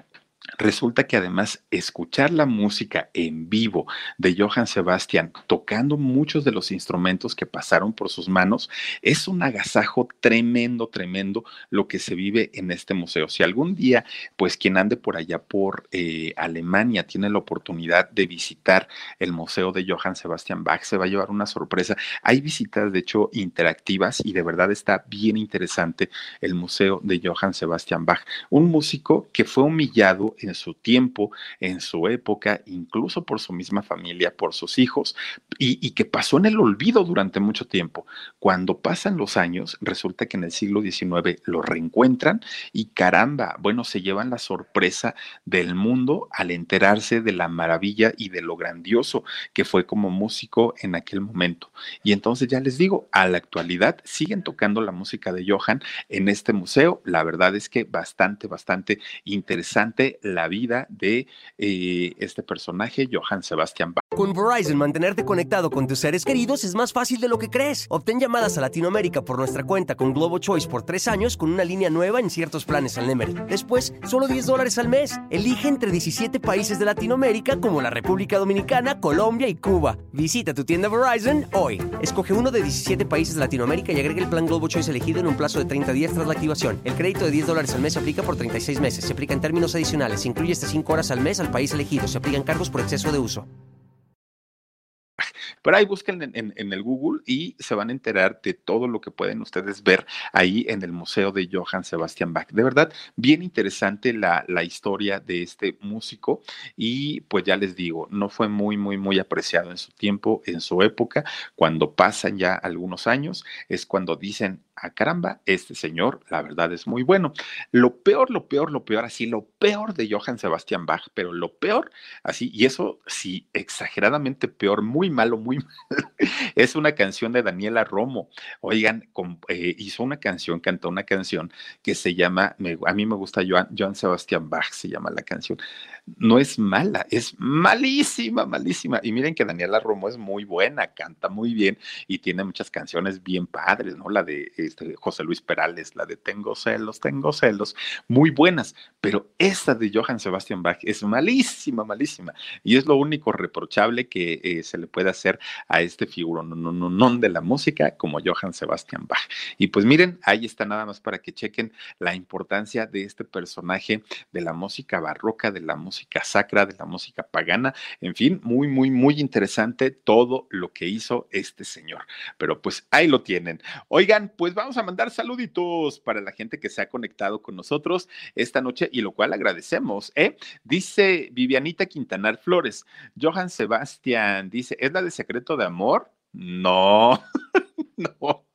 resulta que además escuchar la música en vivo de Johann Sebastian tocando muchos de los instrumentos que pasaron por sus manos es un agasajo tremendo, tremendo lo que se vive en este museo. Si algún día, pues quien ande por allá por eh, Alemania tiene la oportunidad de visitar el museo de Johann Sebastian Bach, se va a llevar una sorpresa. Hay visitas, de hecho, interactivas y de verdad está bien interesante el museo de Johann Sebastian Bach, un músico que fue humillado en su tiempo, en su época, incluso por su misma familia, por sus hijos, y, y que pasó en el olvido durante mucho tiempo. Cuando pasan los años, resulta que en el siglo diecinueve lo reencuentran y caramba, bueno, se llevan la sorpresa del mundo al enterarse de la maravilla y de lo grandioso que fue como músico en aquel momento. Y entonces ya les digo, a la actualidad siguen tocando la música de Johann en este museo. La verdad es que bastante, bastante interesante la vida de eh, este personaje, Johann Sebastian Bach. Con Verizon, mantenerte conectado con tus seres queridos es más fácil de lo que crees. Obtén llamadas a Latinoamérica por nuestra cuenta con Globo Choice por tres años con una línea nueva en ciertos planes al Nemery. Después, solo diez dólares al mes. Elige entre diecisiete países de Latinoamérica como la República Dominicana, Colombia y Cuba. Visita tu tienda Verizon hoy. Escoge uno de diecisiete países de Latinoamérica y agrega el plan Globo Choice elegido en un plazo de treinta días tras la activación. El crédito de diez dólares al mes se aplica por treinta y seis meses. Se aplica en términos adicionales. Se incluye hasta cinco horas al mes al país elegido. Se aplican cargos por exceso de uso. Pero ahí busquen en, en, en el Google y se van a enterar de todo lo que pueden ustedes ver ahí en el Museo de Johann Sebastian Bach. De verdad, bien interesante la, la historia de este músico y pues ya les digo, no fue muy, muy, muy apreciado en su tiempo, en su época. Cuando pasan ya algunos años es cuando dicen, ah, caramba, este señor, la verdad es muy bueno. Lo peor, lo peor, lo peor, así, lo peor de Johann Sebastian Bach, pero lo peor, así, y eso sí, exageradamente peor, muy malo, muy malo, es una canción de Daniela Romo. Oigan, con, eh, hizo una canción, cantó una canción que se llama, me, a mí me gusta Johann, Johann Sebastian Bach, se llama la canción. No es mala, es malísima, malísima. Y miren que Daniela Romo es muy buena, canta muy bien y tiene muchas canciones bien padres, ¿no? La de este, José Luis Perales, la de Tengo celos, tengo celos, muy buenas. Pero esta de Johann Sebastian Bach es malísima, malísima. Y es lo único reprochable que eh, se le puede hacer a este figurón no, no, no, de la música como Johann Sebastian Bach. Y pues miren, ahí está nada más para que chequen la importancia de este personaje de la música barroca, de la música música sacra, de la música pagana, en fin, muy, muy, muy interesante todo lo que hizo este señor. Pero pues ahí lo tienen. Oigan, pues vamos a mandar saluditos para la gente que se ha conectado con nosotros esta noche y lo cual agradecemos, ¿eh? Dice Vivianita Quintanar Flores, Johann Sebastian, dice, ¿es la de Secreto de Amor? No, no.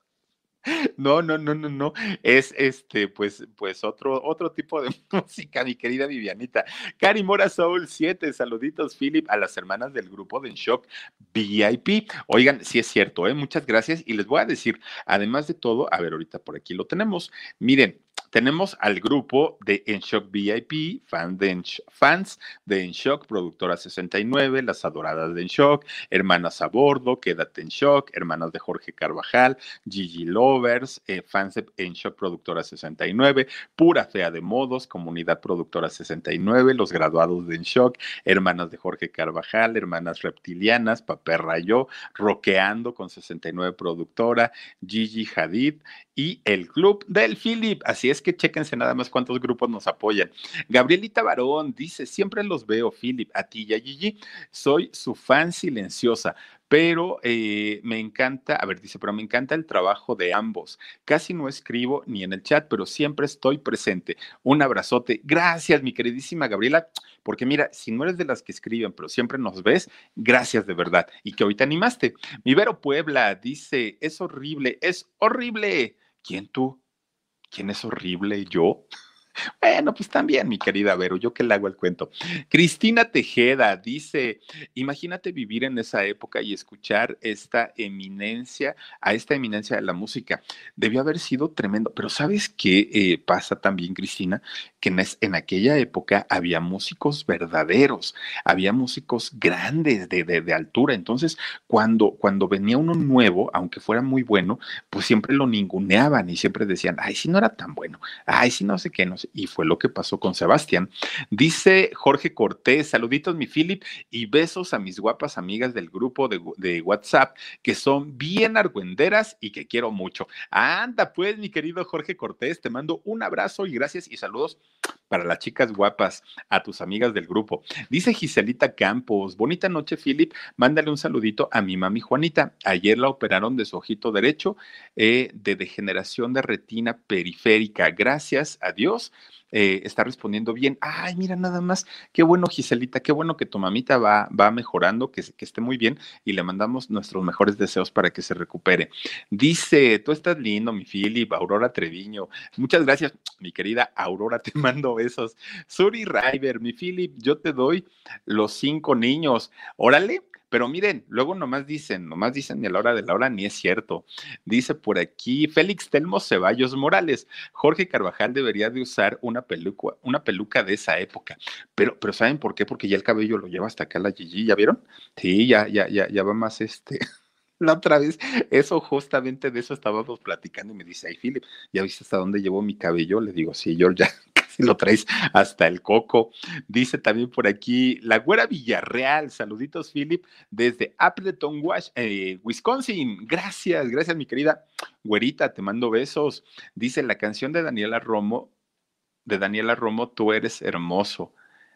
No, no, no, no, no. Es este, pues, pues otro, otro tipo de música, mi querida Vivianita. Cari Mora Soul siete, saluditos, Philip, a las hermanas del grupo de En Shock V I P. Oigan, sí es cierto, ¿eh? Muchas gracias. Y les voy a decir, además de todo, a ver, ahorita por aquí lo tenemos. Miren, tenemos al grupo de En Shock V I P, fan de en fans de En Shock, productora sesenta y nueve, las adoradas de En Shock, hermanas a bordo, quédate en Shock, hermanas de Jorge Carvajal, Gigi Lovers, eh, fans de En Shock, productora sesenta y nueve, pura fea de modos, comunidad productora sesenta y nueve, los graduados de En Shock, hermanas de Jorge Carvajal, hermanas reptilianas, Papel Rayó, Roqueando con sesenta y nueve productora, Gigi Hadid y el club del Philip. Así es que chéquense nada más cuántos grupos nos apoyan. Gabrielita Barón dice, siempre los veo, Philip, a ti y a Gigi, soy su fan silenciosa, pero eh, me encanta, a ver, dice, pero me encanta el trabajo de ambos. Casi no escribo ni en el chat, pero siempre estoy presente. Un abrazote. Gracias, mi queridísima Gabriela, porque mira, si no eres de las que escriben, pero siempre nos ves, gracias de verdad. Y que hoy te animaste. Mi Vero Puebla dice, es horrible, es horrible. ¿Quién tú? ¿Quién es horrible? ¿Yo? Bueno, pues también, mi querida Vero, yo que le hago el cuento. Cristina Tejeda dice, imagínate vivir en esa época y escuchar esta eminencia, a esta eminencia de la música. Debió haber sido tremendo, pero ¿sabes qué eh, pasa también, Cristina? Que en, es, en aquella época había músicos verdaderos, había músicos grandes de, de, de altura, entonces cuando, cuando venía uno nuevo, aunque fuera muy bueno, pues siempre lo ninguneaban y siempre decían, ay, si no era tan bueno, ay, si no sé qué, no sé. Y fue lo que pasó con Sebastián. Dice Jorge Cortés, saluditos mi Philip y besos a mis guapas amigas del grupo de, de WhatsApp que son bien argüenderas y que quiero mucho. Anda pues mi querido Jorge Cortés, te mando un abrazo y gracias y saludos para las chicas guapas, a tus amigas del grupo. Dice Giselita Campos, bonita noche Philip, mándale un saludito a mi mami Juanita. Ayer la operaron de su ojito derecho eh, de degeneración de retina periférica. Gracias a Dios. Eh, está respondiendo bien. Ay, mira nada más, qué bueno Giselita, qué bueno que tu mamita va, va mejorando, que, que esté muy bien y le mandamos nuestros mejores deseos para que se recupere. Dice, tú estás lindo, mi Philip, Aurora Treviño. Muchas gracias, mi querida Aurora, te mando besos. Suri River, mi Philip, yo te doy los cinco niños. Órale, Pero miren, luego nomás dicen, nomás dicen ni a la hora de la hora, ni es cierto. Dice por aquí Félix Telmo Ceballos Morales, Jorge Carvajal debería de usar una peluca, una peluca de esa época. Pero, pero ¿saben por qué? Porque ya el cabello lo lleva hasta acá la Gigi, ¿ya vieron? Sí, ya, ya, ya, ya va más este. La otra vez, eso justamente de eso estábamos platicando y me dice, ay, Philip, ¿ya viste hasta dónde llevo mi cabello? Le digo, sí, yo ya casi lo traes hasta el coco. Dice también por aquí, la güera Villarreal, saluditos, Philip, desde Appleton, Wash, eh, Wisconsin. Gracias, gracias, mi querida güerita, te mando besos. Dice la canción de Daniela Romo, de Daniela Romo, Tú eres hermoso.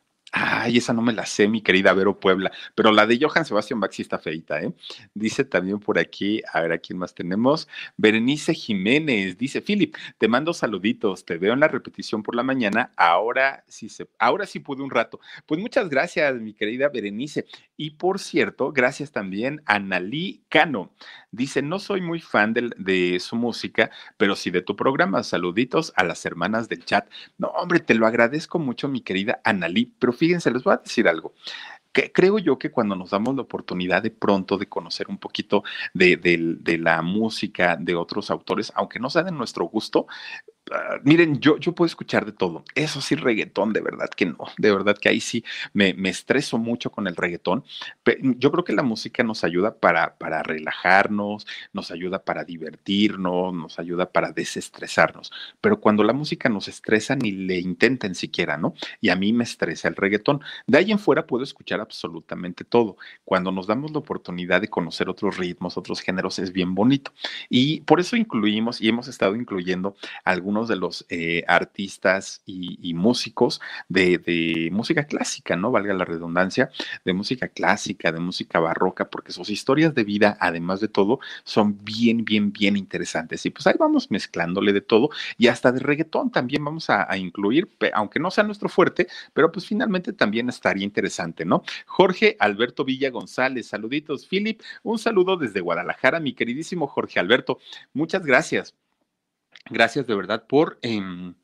Ay, esa no me la sé, mi querida Vero Puebla, pero la de Johann Sebastian Bach sí está feita, ¿eh? Dice también por aquí, a ver, ¿a quién más tenemos? Berenice Jiménez, dice, Philip, te mando saluditos, te veo en la repetición por la mañana, ahora sí se, ahora sí pude un rato. Pues muchas gracias, mi querida Berenice. Y por cierto, gracias también a Nalí Cano. Dice, no soy muy fan de, de su música, pero sí de tu programa. Saluditos a las hermanas del chat. No, hombre, te lo agradezco mucho, mi querida Analí, pero fíjense, les voy a decir algo. Que creo yo que cuando nos damos la oportunidad de pronto de conocer un poquito de, de, de la música de otros autores, aunque no sea de nuestro gusto, uh, miren, yo, yo puedo escuchar de todo. Eso sí, reggaetón, de verdad que no. De verdad que ahí sí me, me estreso mucho con el reggaetón. Pero yo creo que la música nos ayuda para, para relajarnos, nos ayuda para divertirnos, nos ayuda para desestresarnos. Pero cuando la música nos estresa, ni le intenten siquiera, ¿no? Y a mí me estresa el reggaetón. De ahí en fuera puedo escuchar absolutamente todo. Cuando nos damos la oportunidad de conocer otros ritmos, otros géneros, es bien bonito. Y por eso incluimos y hemos estado incluyendo algunos de los eh, artistas y, y músicos de, de música clásica, ¿no? Valga la redundancia, de música clásica, de música barroca, porque sus historias de vida, además de todo, son bien, bien, bien interesantes. Y pues ahí vamos mezclándole de todo y hasta de reggaetón también vamos a, a incluir, aunque no sea nuestro fuerte, pero pues finalmente también estaría interesante, ¿no? Jorge Alberto Villa González, saluditos. Philip, un saludo desde Guadalajara, mi queridísimo Jorge Alberto. Muchas gracias. Gracias de verdad por eh,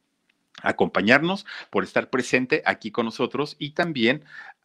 acompañarnos, por estar presente aquí con nosotros y también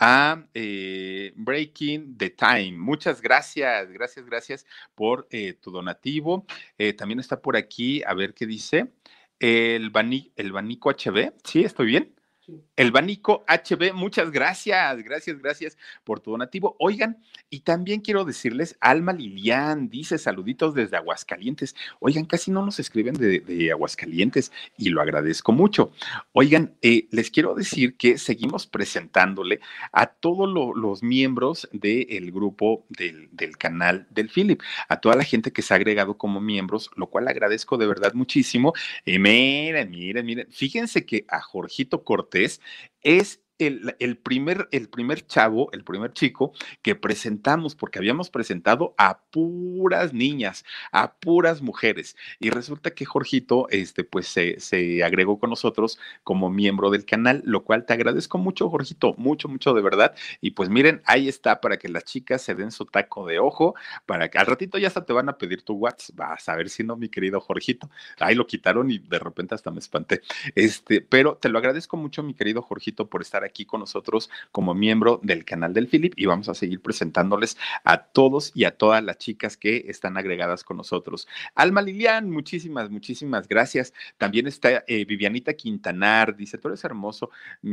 a eh, Breaking the Time. Muchas gracias, gracias, gracias por eh, tu donativo. Eh, también está por aquí, a ver qué dice, el, Bani, el Banico H B. ¿Sí? ¿Estoy bien? El Banico H B, muchas gracias, gracias, gracias por tu donativo. Oigan, y también quiero decirles, Alma Lilian dice saluditos desde Aguascalientes. Oigan, casi no nos escriben de, de Aguascalientes y lo agradezco mucho. Oigan, eh, les quiero decir que seguimos presentándole a todos lo, los miembros del grupo del, del canal del Philip, a toda la gente que se ha agregado como miembros, lo cual agradezco de verdad muchísimo. Y miren, miren, miren, fíjense que a Jorgito Cortés es el, el, primer, el primer chavo, el primer chico que presentamos, porque habíamos presentado a puras niñas, a puras mujeres. Y resulta que Jorgito, este, pues se, se agregó con nosotros como miembro del canal, lo cual te agradezco mucho, Jorgito, mucho, mucho de verdad. Y pues miren, ahí está para que las chicas se den su taco de ojo, para que al ratito ya hasta te van a pedir tu WhatsApp. Vas a ver si no, mi querido Jorgito. Ahí lo quitaron y de repente hasta me espanté. Este, pero te lo agradezco mucho, mi querido Jorgito, por estar aquí con nosotros como miembro del canal del Philip y vamos a seguir presentándoles a todos y a todas las chicas que están agregadas con nosotros. Alma Lilian, muchísimas, muchísimas gracias. También está eh, Vivianita Quintanar, dice, tú eres hermoso,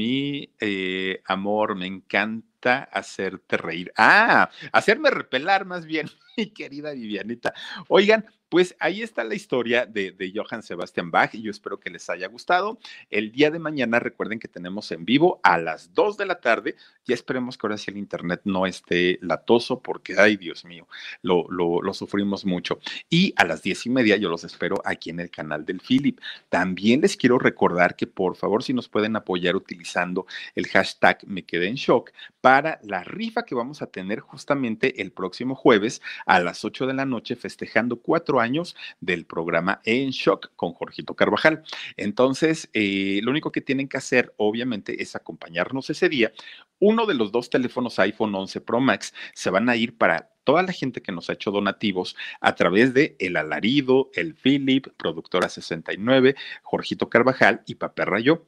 mi eh, amor, me encanta hacerte reír. Ah, hacerme repelar más bien, mi querida Vivianita. Oigan, pues ahí está la historia de, de Johann Sebastian Bach y yo espero que les haya gustado. El día de mañana recuerden que tenemos en vivo a las dos de la tarde. Ya esperemos que ahora sí el internet no esté latoso porque, ay Dios mío, lo, lo, lo sufrimos mucho. Y a las diez y media yo los espero aquí en el canal del Philip. También les quiero recordar que por favor si nos pueden apoyar utilizando el hashtag Me Quedé en Shock para la rifa que vamos a tener justamente el próximo jueves a las ocho de la noche festejando cuatro años del programa En Shock con Jorgito Carvajal. Entonces, eh, lo único que tienen que hacer, obviamente, es acompañarnos ese día. Uno de los dos teléfonos iPhone once Pro Max se van a ir para toda la gente que nos ha hecho donativos a través de El Alarido, el Philip, Productora sesenta y nueve, Jorgito Carvajal y Papá Rayo.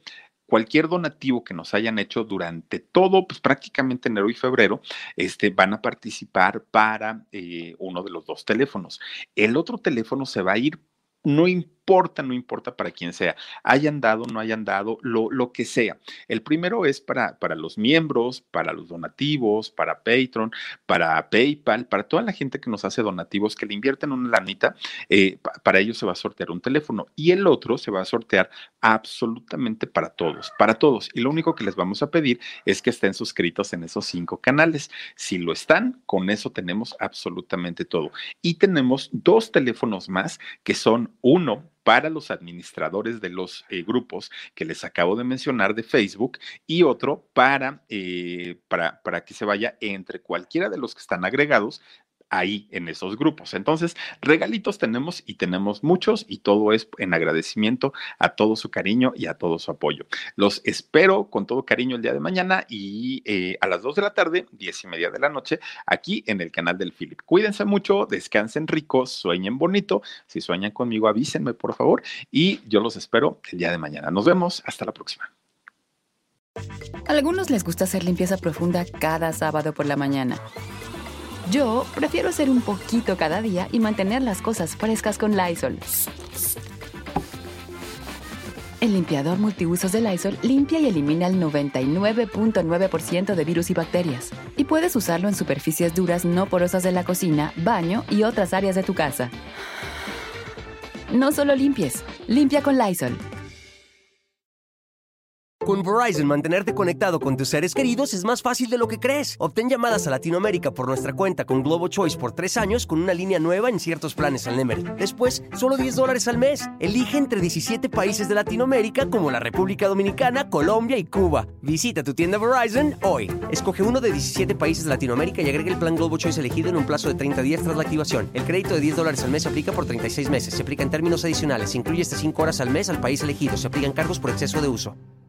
cualquier donativo que nos hayan hecho durante todo, pues prácticamente enero y febrero, este, van a participar para eh, uno de los dos teléfonos. El otro teléfono se va a ir, no importa, no importa para quién sea, hayan dado, no hayan dado, lo, lo que sea. El primero es para, para los miembros, para los donativos, para Patreon, para PayPal, para toda la gente que nos hace donativos, que le invierten una lanita, eh, pa- para ellos se va a sortear un teléfono y el otro se va a sortear absolutamente para todos, para todos. Y lo único que les vamos a pedir es que estén suscritos en esos cinco canales. Si lo están, con eso tenemos absolutamente todo. Y tenemos dos teléfonos más que son uno para los administradores de los eh, grupos que les acabo de mencionar de Facebook y otro para, eh, para, para que se vaya entre cualquiera de los que están agregados ahí en esos grupos. Entonces, regalitos tenemos y tenemos muchos y todo es en agradecimiento a todo su cariño y a todo su apoyo. Los espero con todo cariño el día de mañana y eh, a las dos de la tarde, diez y media de la noche, aquí en el canal del Philip. Cuídense mucho, descansen rico, sueñen bonito. Si sueñan conmigo, avísenme, por favor, y yo los espero el día de mañana. Nos vemos, hasta la próxima. A algunos les gusta hacer limpieza profunda cada sábado por la mañana. Yo prefiero hacer un poquito cada día y mantener las cosas frescas con Lysol. El limpiador multiusos de Lysol limpia y elimina el noventa y nueve punto nueve por ciento de virus y bacterias. Y puedes usarlo en superficies duras no porosas de la cocina, baño y otras áreas de tu casa. No solo limpies, limpia con Lysol. Con Verizon, mantenerte conectado con tus seres queridos es más fácil de lo que crees. Obtén llamadas a Latinoamérica por nuestra cuenta con Globo Choice por tres años con una línea nueva en ciertos planes al Nemery. Después, solo diez dólares al mes. Elige entre diecisiete países de Latinoamérica como la República Dominicana, Colombia y Cuba. Visita tu tienda Verizon hoy. Escoge uno de diecisiete países de Latinoamérica y agrega el plan Globo Choice elegido en un plazo de treinta días tras la activación. El crédito de diez dólares al mes se aplica por treinta y seis meses. Se aplica en términos adicionales. Se incluye hasta cinco horas al mes al país elegido. Se aplican cargos por exceso de uso.